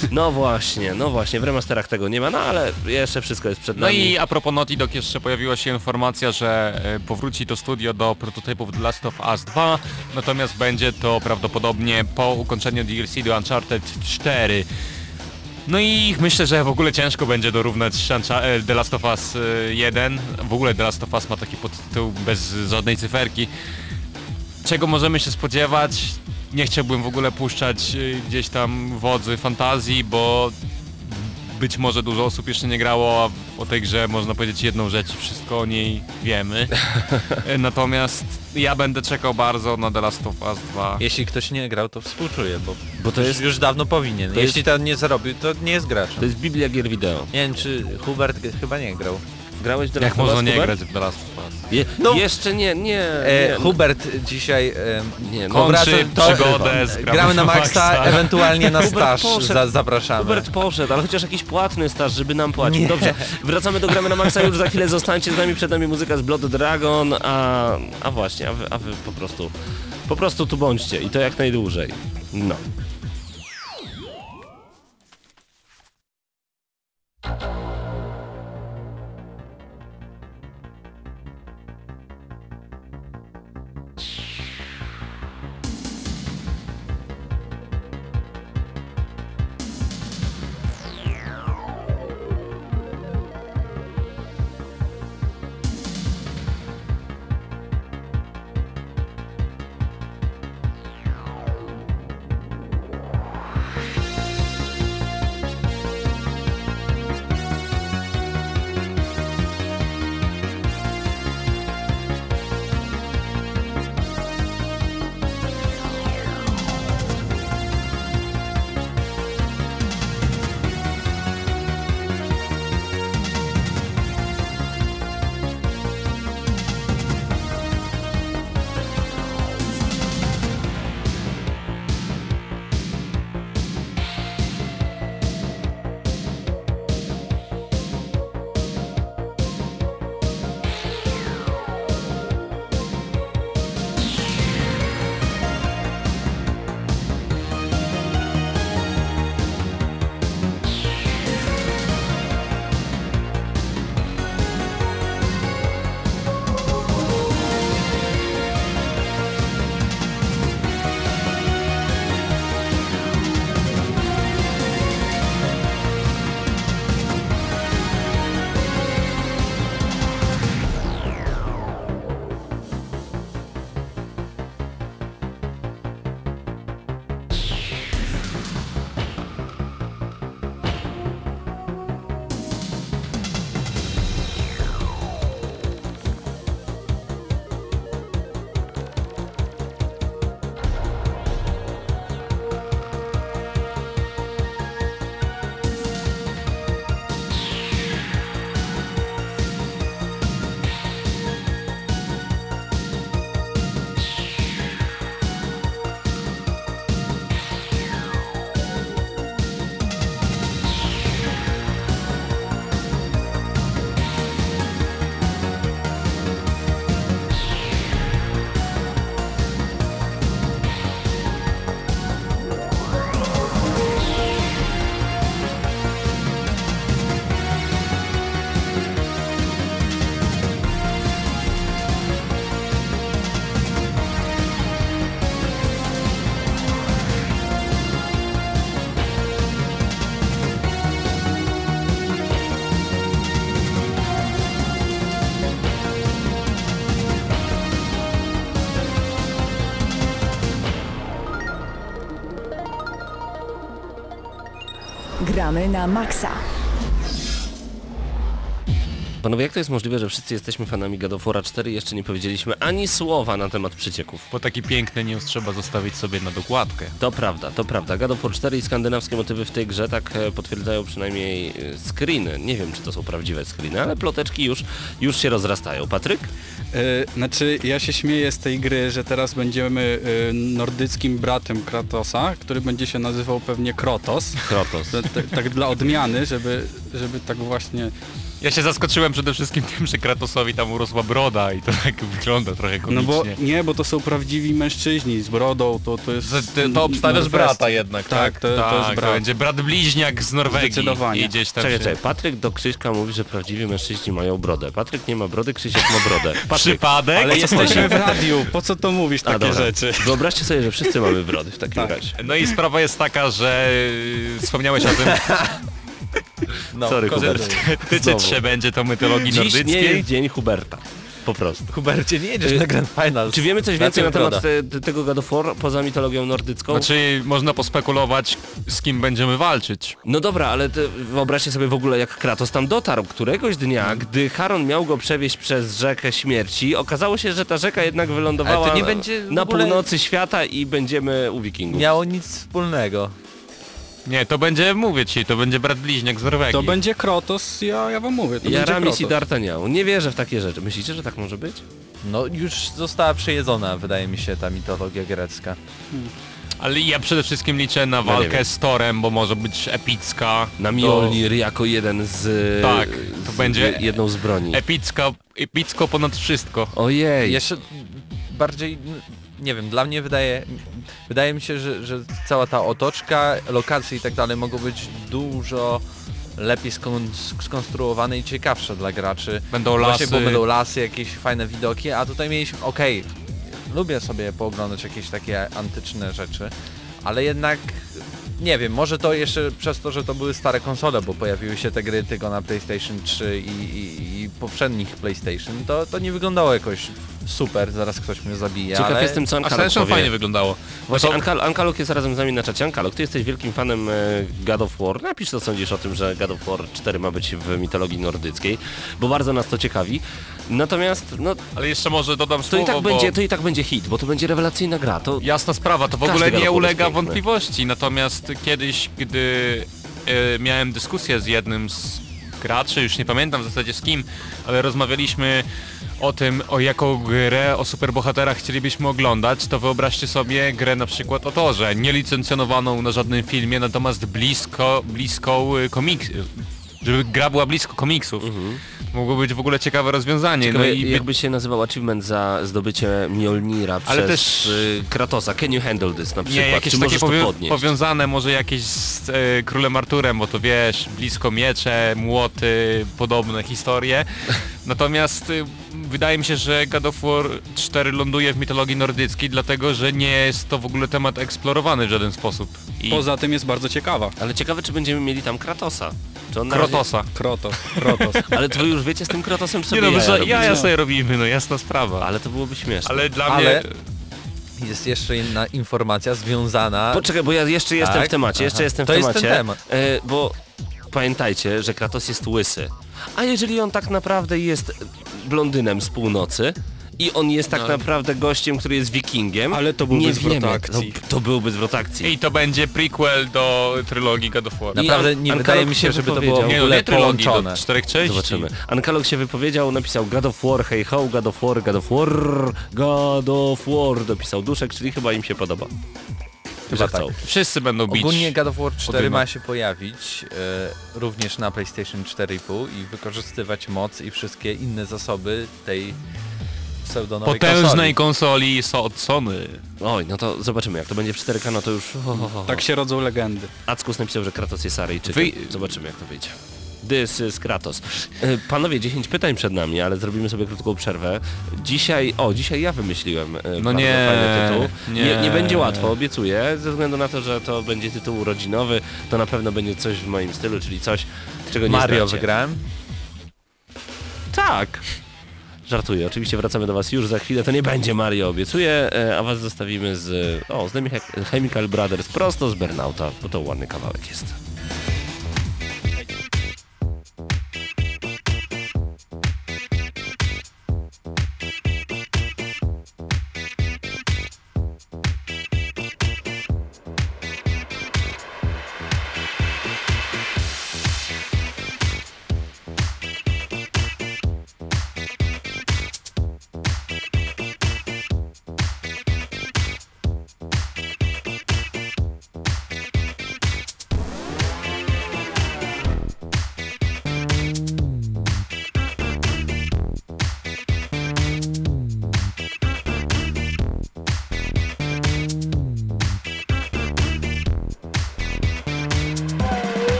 No właśnie, w remasterach tego nie ma, no ale jeszcze wszystko jest przed No nami. i a propos Naughty Dog jeszcze pojawiła się informacja, że powróci to studio do prototypów The Last of Us 2, natomiast będzie to prawdopodobnie po ukończeniu DLC do Uncharted 4. No i myślę, że w ogóle ciężko będzie dorównać The Last of Us 1. W ogóle The Last of Us ma taki podtytuł bez żadnej cyferki. Czego możemy się spodziewać? Nie chciałbym w ogóle puszczać gdzieś tam wodzy fantazji, bo być może dużo osób jeszcze nie grało, a o tej grze można powiedzieć jedną rzecz i wszystko o niej wiemy. Natomiast ja będę czekał bardzo na The Last of Us 2. Jeśli ktoś nie grał, to współczuję, bo to jest- już dawno powinien. to Jeśli jest- to nie zrobił, to nie jest graczem. To jest Biblia gier wideo. Nie wiem, czy Hubert chyba nie grał. Grałeś w The Jak Last of Us, można nie Hubert? grać w The Last of Us? No. Jeszcze nie. Hubert dzisiaj Nie, no. Kończy powraca- przygodę z gramy na Maxa, ewentualnie na Hubert staż poszedł. zapraszamy. Hubert poszedł, ale chociaż jakiś płatny staż, żeby nam płacił. Nie. Dobrze, wracamy do Gramy na Maxa, już za chwilę zostańcie z nami, przed nami muzyka z Blood Dragon, a właśnie, a wy po prostu tu bądźcie i to jak najdłużej. No. Gramy na maksa. Panowie, jak to jest możliwe, że wszyscy jesteśmy fanami God of War 4 i jeszcze nie powiedzieliśmy ani słowa na temat przycieków? Bo taki piękny news trzeba zostawić sobie na dokładkę. To prawda, to prawda. God of War 4 i skandynawskie motywy w tej grze tak potwierdzają przynajmniej screeny. Nie wiem, czy to są prawdziwe screeny, ale ploteczki już się rozrastają. Patryk? Znaczy, ja się śmieję z tej gry, że teraz będziemy nordyckim bratem Kratosa, który będzie się nazywał pewnie Krotos. Krotos. Tak dla odmiany, żeby tak właśnie... Ja się zaskoczyłem przede wszystkim tym, że Kratosowi tam urosła broda i to tak wygląda trochę komicznie. Bo to są prawdziwi mężczyźni z brodą, to jest... To obstawiasz norwescy. brata jednak, tak? To jest brat. To będzie brat bliźniak z Norwegii. Zdecydowanie. I gdzieś tam Czekaj, Patryk do Krzyśka mówi, że prawdziwi mężczyźni mają brodę. Patryk nie ma brody, Krzysiek ma brodę. Patryk, Przypadek? Ale jesteśmy w radiu, po co to mówisz takie dobra. rzeczy? Wyobraźcie sobie, że wszyscy mamy brody w takim razie. No i sprawa jest taka, że wspomniałeś o tym, No, Sorry, że Hubert. tyczyć Znowu. się będzie to mytologii Dziś nie nordyckiej. jest dzień Huberta. Po prostu. Hubercie, nie jedziesz na Grand Final. Czy wiemy coś więcej na Broda. temat tego God of War poza mitologią nordycką? Znaczy, można pospekulować, z kim będziemy walczyć. No dobra, ale wyobraźcie sobie w ogóle, jak Kratos tam dotarł. Któregoś dnia, gdy Charon miał go przewieźć przez rzekę śmierci, okazało się, że ta rzeka jednak wylądowała Ale to nie będzie w na ogóle- północy świata i będziemy u Wikingów. Miało nic wspólnego. Nie, to będzie, mówię ci, to będzie brat bliźniak z Norwegii. To będzie Krotos, ja wam mówię, to będzie Aramis i Krotos. D'Artagnan. Nie wierzę w takie rzeczy. Myślicie, że tak może być? No już została przejedzona, wydaje mi się, ta mitologia grecka. Ale ja przede wszystkim liczę na nie walkę wiem. z Torem, bo może być epicka. Na Mjolnir jako jeden z... Tak, to będzie jedną z broni. Epicko ponad wszystko. Ojej. Jeszcze bardziej, nie wiem, dla mnie wydaje mi się, że cała ta otoczka, lokacje i tak dalej mogą być dużo lepiej skonstruowane i ciekawsze dla graczy. Będą Właśnie, lasy. bo będą lasy, jakieś fajne widoki, a tutaj mieliśmy, lubię sobie pooglądać jakieś takie antyczne rzeczy, ale jednak, nie wiem, może to jeszcze przez to, że to były stare konsole, bo pojawiły się te gry tylko na PlayStation 3 i poprzednich PlayStation, to nie wyglądało jakoś super, zaraz ktoś mnie zabije, Ciekaw ale... jestem, co A Ankalog zresztą powie. fajnie wyglądało. Właśnie Ankalog jest razem z nami na czacie. Ankalog, ty jesteś wielkim fanem God of War. Napisz, co sądzisz o tym, że God of War 4 ma być w mitologii nordyckiej, bo bardzo nas to ciekawi. Natomiast, no, Ale jeszcze może dodam to słowo, i tak będzie hit, bo to będzie rewelacyjna gra. To Jasna sprawa, to w Każdy ogóle God of nie War jest ulega piękny. wątpliwości. Natomiast kiedyś, gdy miałem dyskusję z jednym z graczy, już nie pamiętam w zasadzie z kim, ale rozmawialiśmy o tym, o jaką grę o superbohaterach chcielibyśmy oglądać, to wyobraźcie sobie grę na przykład o Torze, nielicencjonowaną na żadnym filmie, natomiast bliską komiks, żeby gra była blisko komiksów. Mogło być w ogóle ciekawe rozwiązanie. ciekawe, No i jakby się nazywał achievement za zdobycie Mjolnira Ale przez też- Kratosa. Can you handle this na przykład? nie, jakieś Czy takie możesz to podnieść? powiązane, może jakieś z Królem Arturem, bo to wiesz, blisko miecze, młoty, podobne historie. Natomiast wydaje mi się, że God of War 4 ląduje w mitologii nordyckiej, dlatego że nie jest to w ogóle temat eksplorowany w żaden sposób. I Poza tym jest bardzo ciekawa. Ale ciekawe, czy będziemy mieli tam Kratosa. Czy on na razie- Krotosa. Krotos. Ale to wy już wiecie z tym Kratosem, co Nie sobie no, jaja ja robicie. sobie robimy, no jasna sprawa. Ale to byłoby śmieszne. Ale dla Ale- mnie... Jest jeszcze jedna informacja związana... Poczekaj, bo ja jeszcze jestem Tak? w temacie, jeszcze Aha. jestem w To jest temacie. ten temat. Bo pamiętajcie, że Kratos jest łysy. A jeżeli on tak naprawdę jest blondynem z północy i on jest tak naprawdę gościem, który jest wikingiem, Ale to byłby nie zwrot wiemy. akcji. To byłby zwrot akcji. I to będzie prequel do trylogii God of War. Naprawdę nie Ankalog wydaje mi się, się żeby to było wypowiedział. w Nie no, ogóle nie trylogii, połączone. do 4 części. Zobaczymy. Ankalog się wypowiedział, napisał God of War, hey ho, God of War, God of War, God of War, dopisał Duszek, czyli chyba im się podoba. Że tak. chcą. Wszyscy będą bić. Ogólnie God of War 4 Odyma. ma się pojawić również na PlayStation 4,5 i wykorzystywać moc i wszystkie inne zasoby tej pseudonowej Potężnej konsoli. konsoli są od Sony. Oj, no to zobaczymy, jak to będzie w 4K, no to już... Tak się rodzą legendy. Ackus napisał, że Kratos jest Aryjczykiem. Zobaczymy, jak to wyjdzie. This is Kratos. Panowie, 10 pytań przed nami, ale zrobimy sobie krótką przerwę. Dzisiaj ja wymyśliłem bardzo nie, fajny tytuł. nie. Nie będzie łatwo, obiecuję, ze względu na to, że to będzie tytuł urodzinowy, to na pewno będzie coś w moim stylu, czyli coś, czego nie Mario znacie. wygrałem. Tak. Żartuję, oczywiście wracamy do was już za chwilę, to nie będzie Mario, obiecuję, a was zostawimy z The Chemical Brothers prosto z Burnouta, bo to ładny kawałek jest.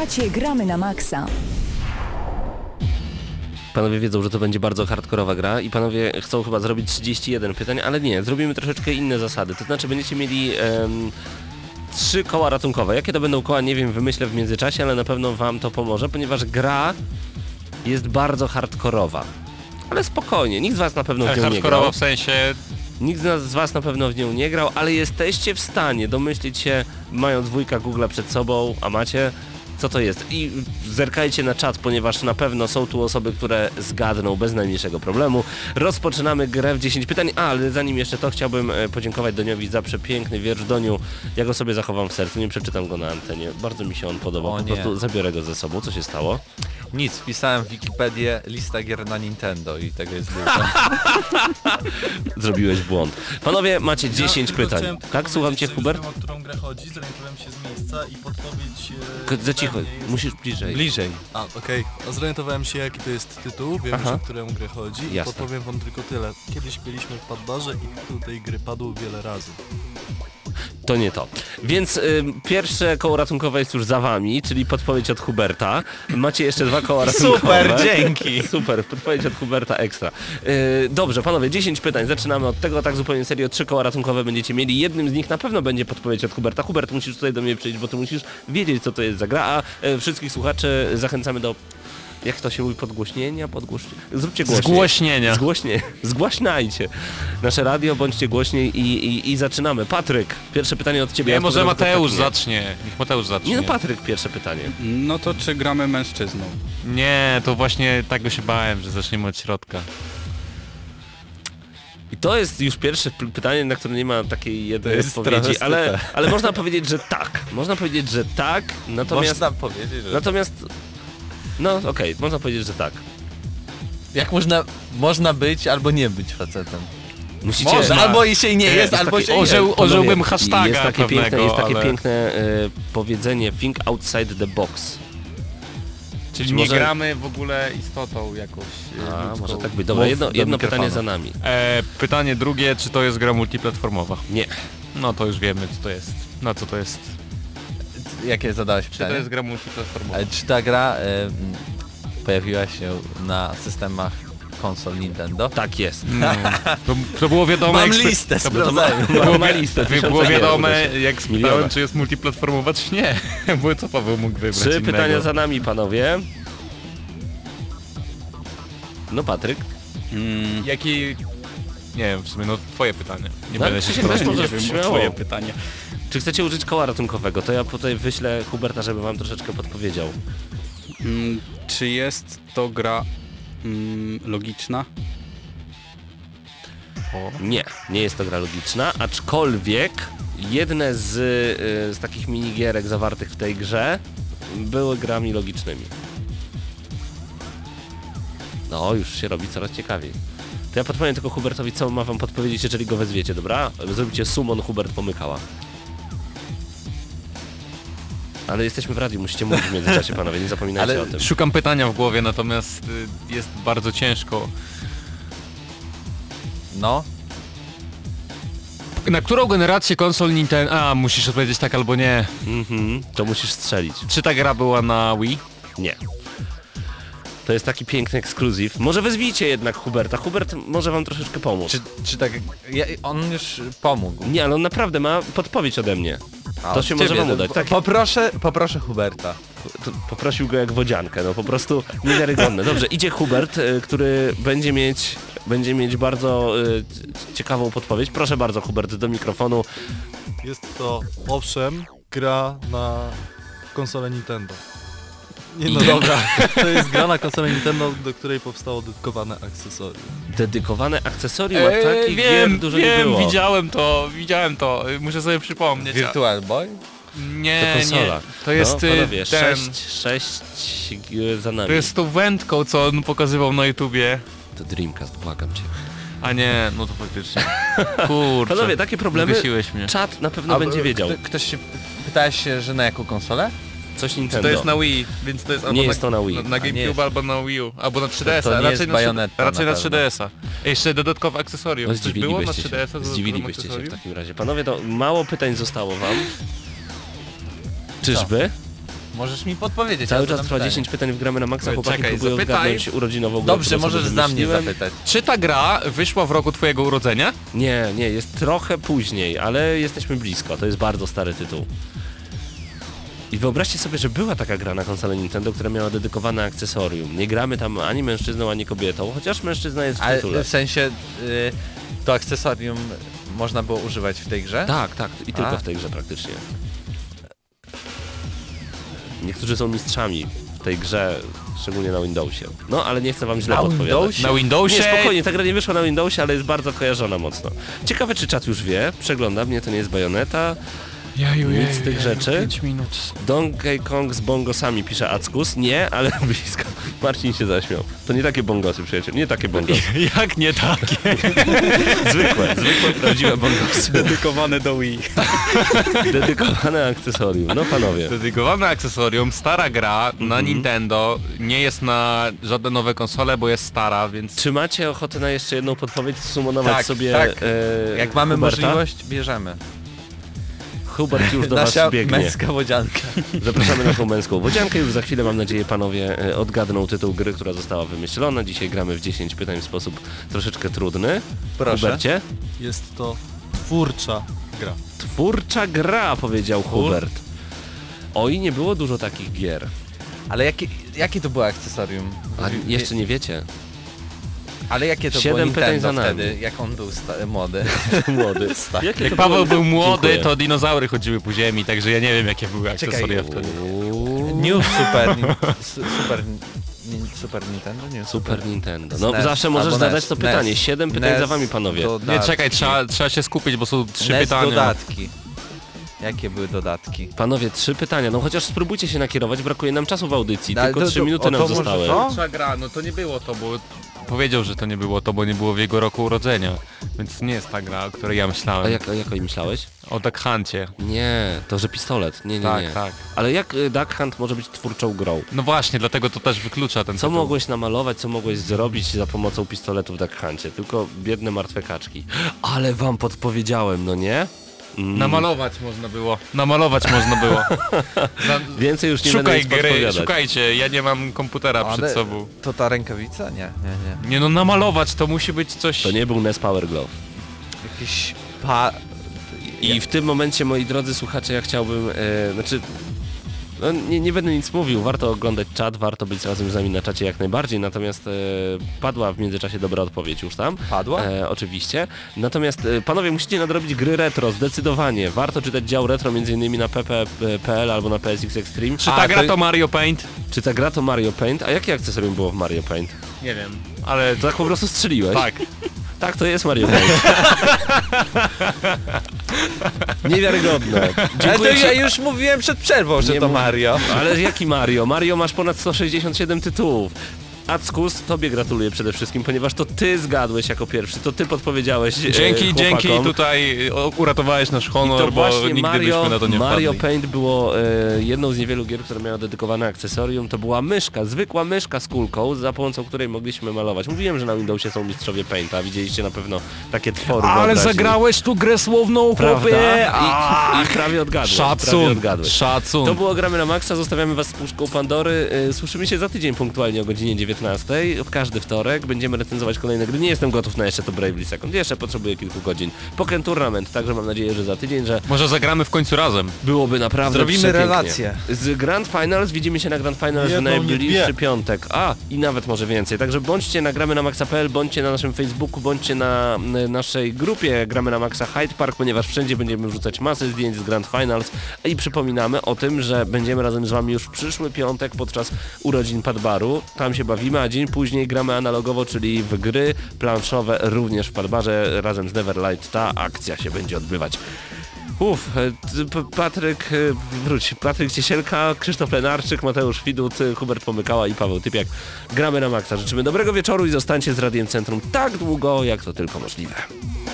Słuchacie Gramy na Maxa. Panowie wiedzą, że to będzie bardzo hardkorowa gra i panowie chcą chyba zrobić 31 pytań, ale nie, zrobimy troszeczkę inne zasady. To znaczy będziecie mieli 3 koła ratunkowe. Jakie to będą koła, nie wiem, wymyślę w międzyczasie, ale na pewno wam to pomoże, ponieważ gra jest bardzo hardkorowa. Ale spokojnie, nikt z was na pewno w nią nie grał. Hardkorowo w sensie... Nikt z was na pewno w nią nie grał, ale jesteście w stanie domyślić się, mając dwójka Google'a przed sobą, a macie, co to jest. I zerkajcie na czat, ponieważ na pewno są tu osoby, które zgadną bez najmniejszego problemu. Rozpoczynamy grę w 10 pytań, ale zanim jeszcze to chciałbym podziękować Doniowi za przepiękny wiersz. Doniu, ja go sobie zachowam w sercu, nie przeczytam go na antenie. Bardzo mi się on podobał, O po nie. prostu zabiorę go ze sobą. Co się stało? Nic, wpisałem w Wikipedię lista gier na Nintendo i tego jest dużo. Zrobiłeś błąd. Panowie, macie 10 tylko pytań. chciałem Tak, powiedzieć, słucham cię, że Hubert? Wiem, o którą grę chodzi, zorientowałem się z miejsca i podpowiedź... Za cicho, we mnie jest- musisz bliżej. Bliżej. A, okej. A zorientowałem się, jaki to jest tytuł, wiem już, Aha. o którą grę chodzi. I Jasne. podpowiem wam tylko tyle. Kiedyś byliśmy w Padbarze i tytuł tej gry padł wiele razy. To nie to. Więc pierwsze koło ratunkowe jest już za wami, czyli podpowiedź od Huberta. Macie jeszcze 2 koła ratunkowe. Super, dzięki. Super, podpowiedź od Huberta ekstra. Dobrze, panowie, 10 pytań. Zaczynamy od tego, tak zupełnie serio. 3 koła ratunkowe będziecie mieli. Jednym z nich na pewno będzie podpowiedź od Huberta. Hubert, musisz tutaj do mnie przyjść, bo ty musisz wiedzieć, co to jest za gra, a wszystkich słuchaczy zachęcamy do... Jak to się mówi? Podgłośnienia? Zróbcie głośniej. Zgłośnienia. Zgłaśniajcie nasze radio, bądźcie głośniej i zaczynamy. Patryk, pierwsze pytanie od ciebie. Nie, Ja może odpowiadam Mateusz tak, nie. zacznie. Niech Mateusz zacznie. Nie no, Patryk, pierwsze pytanie. No to czy gramy mężczyzną? Nie, to właśnie tego się bałem, że zaczniemy od środka. I to jest już pierwsze pytanie, na które nie ma takiej jednej jest odpowiedzi, trochę ale można powiedzieć, że tak. Można powiedzieć, że tak, natomiast... Można powiedzieć, że... Natomiast... No okej, można powiedzieć, że tak. Jak można być albo nie być facetem? Musicie... Można, albo i się nie jest, Jest albo takie- się jest. Użyłbym Panowie, hashtaga jest takie piękne, pewnego, jest takie ale- piękne powiedzenie think outside the box. Czyli może- nie gramy w ogóle istotą jakąś A, ludzką. może tak być. Dobra, Mów jedno do pytanie mikrofonu. za nami. Pytanie drugie, czy to jest gra multiplatformowa? Nie. No to już wiemy, co to jest. No co to jest? Jakie zadałeś Czy to pytanie? jest gra multiplatformowa? Ale czy ta gra pojawiła się na systemach konsol Nintendo? Tak jest. No. To było wiadome... Mam jak spe- listę, to było- sprawdzajmy. Ma listę. Było wiadome, jak Miliona. spytałem, czy jest multiplatformowa, czy nie. Bo co Paweł mógł wybrać 3 innego? pytania za nami, panowie. No Patryk. Jaki... Nie wiem, w sumie, no twoje pytanie. Nie Tak, będę się Krzysiek, wtrącał. możesz Nie wiem, śmiało. twoje pytanie. Czy chcecie użyć koła ratunkowego? To ja tutaj wyślę Huberta, żeby wam troszeczkę podpowiedział. Czy jest to gra logiczna? Nie jest to gra logiczna, aczkolwiek jedne z takich minigierek zawartych w tej grze były grami logicznymi. No, już się robi coraz ciekawiej. To ja podpowiem tylko Hubertowi, co ma wam podpowiedzieć, jeżeli go wezwiecie, dobra? Zrobicie summon Hubert Pomykała. Ale jesteśmy w radiu, musicie mówić w międzyczasie, panowie, nie zapominajcie Ale o tym. Szukam pytania w głowie, natomiast jest bardzo ciężko. No. Na którą generację konsol Nintendo... A, musisz odpowiedzieć tak albo nie. To musisz strzelić. Czy ta gra była na Wii? Nie. To jest taki piękny ekskluzyw. Może wezwijcie jednak Huberta. Hubert może wam troszeczkę pomóc. Czy tak... on już pomógł. Nie, ale on naprawdę ma podpowiedź ode mnie. A, To od się może ciebie, wam udać. Tak, Poproszę Huberta. poprosił go jak wodziankę, no po prostu niewiarygodne. Dobrze, idzie Hubert, który będzie mieć bardzo ciekawą podpowiedź. Proszę bardzo, Hubert, do mikrofonu. Jest to, owszem, gra na konsolę Nintendo. Nie no dobra, to jest gra na konsolę Nintendo, do której powstało dedykowane akcesorium. Dedykowane akcesorium, a takich gier wiem, dużo nie było. widziałem to, muszę sobie przypomnieć. Virtual Boy? Nie, To konsola. nie, to jest no, panowie, ten... 6 za nami. To jest tą wędką, co on pokazywał na YouTubie. To Dreamcast, błagam cię. A nie, no to faktycznie. Kurczę. Panowie, takie problemy, Zgasiłeś mnie. czat na pewno będzie wiedział. Ktoś się... Pytałeś się, że na jaką konsolę? Coś Czy Nintendo. to jest na Wii, więc to jest albo Nie jest to na Wii. Na A, nie GameCube jest. albo na Wii U, albo na 3DS-a. To nie raczej jest na, Bayonetta raczej na na pewno. 3DS-a. Jeszcze dodatkowe aksesorium. No Coś było na zdziwilibyście 3DS-a? się. dodatkowym Zdziwilibyście się w akcesorium? takim razie. Panowie, to mało pytań zostało wam. Czyżby? Możesz mi podpowiedzieć. Cały ja czas zadam trwa pytanie. 10 pytań w Gramy na Maxa, chłopaki Czekaj, próbują zapytaj. odgadnąć urodzinową grę, Dobrze, którą możesz sobie za mnie wymyśliłem. zapytać. Czy ta gra wyszła w roku twojego urodzenia? Nie, jest trochę później, ale jesteśmy blisko, to jest bardzo stary tytuł. I wyobraźcie sobie, że była taka gra na konsolę Nintendo, która miała dedykowane akcesorium. Nie gramy tam ani mężczyzną, ani kobietą, chociaż mężczyzna jest w tytule. Ale w sensie to akcesorium można było używać w tej grze? Tak, i tylko A. w tej grze praktycznie. Niektórzy są mistrzami w tej grze, szczególnie na Windowsie. No, ale nie chcę wam źle Na podpowiadać. Windowsie? Na Windowsie? Nie, spokojnie, ta gra nie wyszła na Windowsie, ale jest bardzo kojarzona mocno. Ciekawe, czy czat już wie, przegląda mnie, to nie jest Bayonetta. Nic z tych rzeczy. 5 minut. Donkey Kong z bongosami, pisze Ackus. Nie, ale blisko. Marcin się zaśmiał. To nie takie bongosy, przyjaciel, nie takie bongosy. Jak nie takie? Zwykłe, prawdziwe bongosy. Dedykowane do Wii. Dedykowane akcesorium. No panowie. Dedykowane akcesorium, stara gra na Nintendo, nie jest na żadne nowe konsole, bo jest stara, więc... Czy macie ochotę na jeszcze jedną podpowiedź, sumonować Tak, sobie tak. Jak mamy Huberta? możliwość, bierzemy. Hubert już do was Nasza biegnie. męska wodzianka. Zapraszamy na tą męską wodziankę. Już za chwilę, mam nadzieję, panowie odgadną tytuł gry, która została wymyślona. Dzisiaj gramy w 10 pytań w sposób troszeczkę trudny. Proszę. Hubercie? Jest to twórcza gra. Twórcza gra, powiedział Hubert. Oj, nie było dużo takich gier. Ale jakie to było akcesorium? A jeszcze nie wiecie. Ale jakie to 7 było pytań Nintendo za nami. wtedy, jak on był młody? Młody. Jakie Jak to Paweł było? był młody, Dziękuję. to dinozaury chodziły po ziemi, także ja nie wiem, jakie były akcesoria wtedy. New Super Nintendo? New Super Nintendo. No SNES, zawsze możesz albo zadać NES, to pytanie. NES, 7 pytań za wami, panowie. Nie, czekaj, trzeba się skupić, bo są 3 NES pytania. dodatki. Jakie były dodatki? Panowie, 3 pytania. No chociaż spróbujcie się nakierować, brakuje nam czasu w audycji. Ale Tylko to- 3 to- minuty o, nam to może zostały. to? Trzeba gra, no to nie było to, bo powiedział, że to nie było to, bo nie było w jego roku urodzenia. Więc to nie jest ta gra, o której ja myślałem. A jak o nim myślałeś? O Duck Huncie. Nie, to że pistolet. Nie. Tak, tak. Ale jak Duck Hunt może być twórczą grą? No właśnie, dlatego to też wyklucza ten Co tytuł. mogłeś namalować, co mogłeś zrobić za pomocą pistoletu w Duck Huncie? Tylko biedne martwe kaczki. Ale wam podpowiedziałem, no nie? Namalować można było. Namalować można było. Więcej już nie będę Szukaj nic gry, podpowiadać. szukajcie, ja nie mam komputera przed sobą. To ta rękawica? Nie. Nie no, namalować to musi być coś... To nie był NES Power Glove. Jakiś I w tym momencie, moi drodzy słuchacze, ja chciałbym, no, nie będę nic mówił, warto oglądać czat, warto być razem z nami na czacie jak najbardziej, natomiast padła w międzyczasie dobra odpowiedź już tam. Padła? Oczywiście. Natomiast panowie, musicie nadrobić gry retro, zdecydowanie. Warto czytać dział retro m.in. na pp.pl albo na PSX Extreme. Czy ta gra to Mario Paint? Czy ta gra to Mario Paint? A jakie akcesorium było w Mario Paint? Nie wiem, ale... Tak po prostu strzeliłeś? Tak. Tak, to jest Mario Paint. Niewiarygodne. Ale to Dziękuję ja ci. już mówiłem przed przerwą, że Nie to mów- Mario. Ale jaki Mario? Mario masz ponad 167 tytułów. Ackus, tobie gratuluję przede wszystkim, ponieważ to ty zgadłeś jako pierwszy, to ty podpowiedziałeś Dzięki chłopakom. tutaj uratowałeś nasz I honor, to bo właśnie nigdy byśmy na to nie Mario wpadli. Paint było jedną z niewielu gier, które miały dedykowane akcesorium. To była myszka, zwykła myszka z kulką, za pomocą której mogliśmy malować. Mówiłem, że na Windowsie są mistrzowie Painta, widzieliście na pewno takie twory wyobraźni. tu grę słowną, Prawda? I prawie odgadłeś. Prawie Szacun, odgadłeś. szacun. To było Gramy na Maxa, zostawiamy was z puszką Pandory. Słyszymy się za tydzień punktualnie o godzinie 19. W każdy wtorek będziemy recenzować kolejne gry. Nie jestem gotów na jeszcze to Bravely Second. Jeszcze potrzebuję kilku godzin. Pokémon Tournament, także mam nadzieję, że za tydzień, że Może zagramy w końcu razem. byłoby naprawdę Zrobimy przepięknie. relację. Z Grand Finals widzimy się na Grand Finals w Jedną, nie najbliższy dwie. piątek. I nawet może więcej. Także bądźcie na Gramy na Maxa.pl, bądźcie na naszym Facebooku, bądźcie na naszej grupie Gramy na Maxa Hyde Park, ponieważ wszędzie będziemy wrzucać masę zdjęć z Grand Finals i przypominamy o tym, że będziemy razem z wami już w przyszły piątek podczas urodzin Padbaru. Tam się bawimy, a dzień później gramy analogowo, czyli w gry planszowe również w Padbarze razem z Neverlight. Ta akcja się będzie odbywać. Patryk Ciesielka, Krzysztof Lenarczyk, Mateusz Widut, Hubert Pomykała i Paweł Typiak. Gramy na Maxa. Życzymy dobrego wieczoru i zostańcie z Radiem Centrum tak długo, jak to tylko możliwe.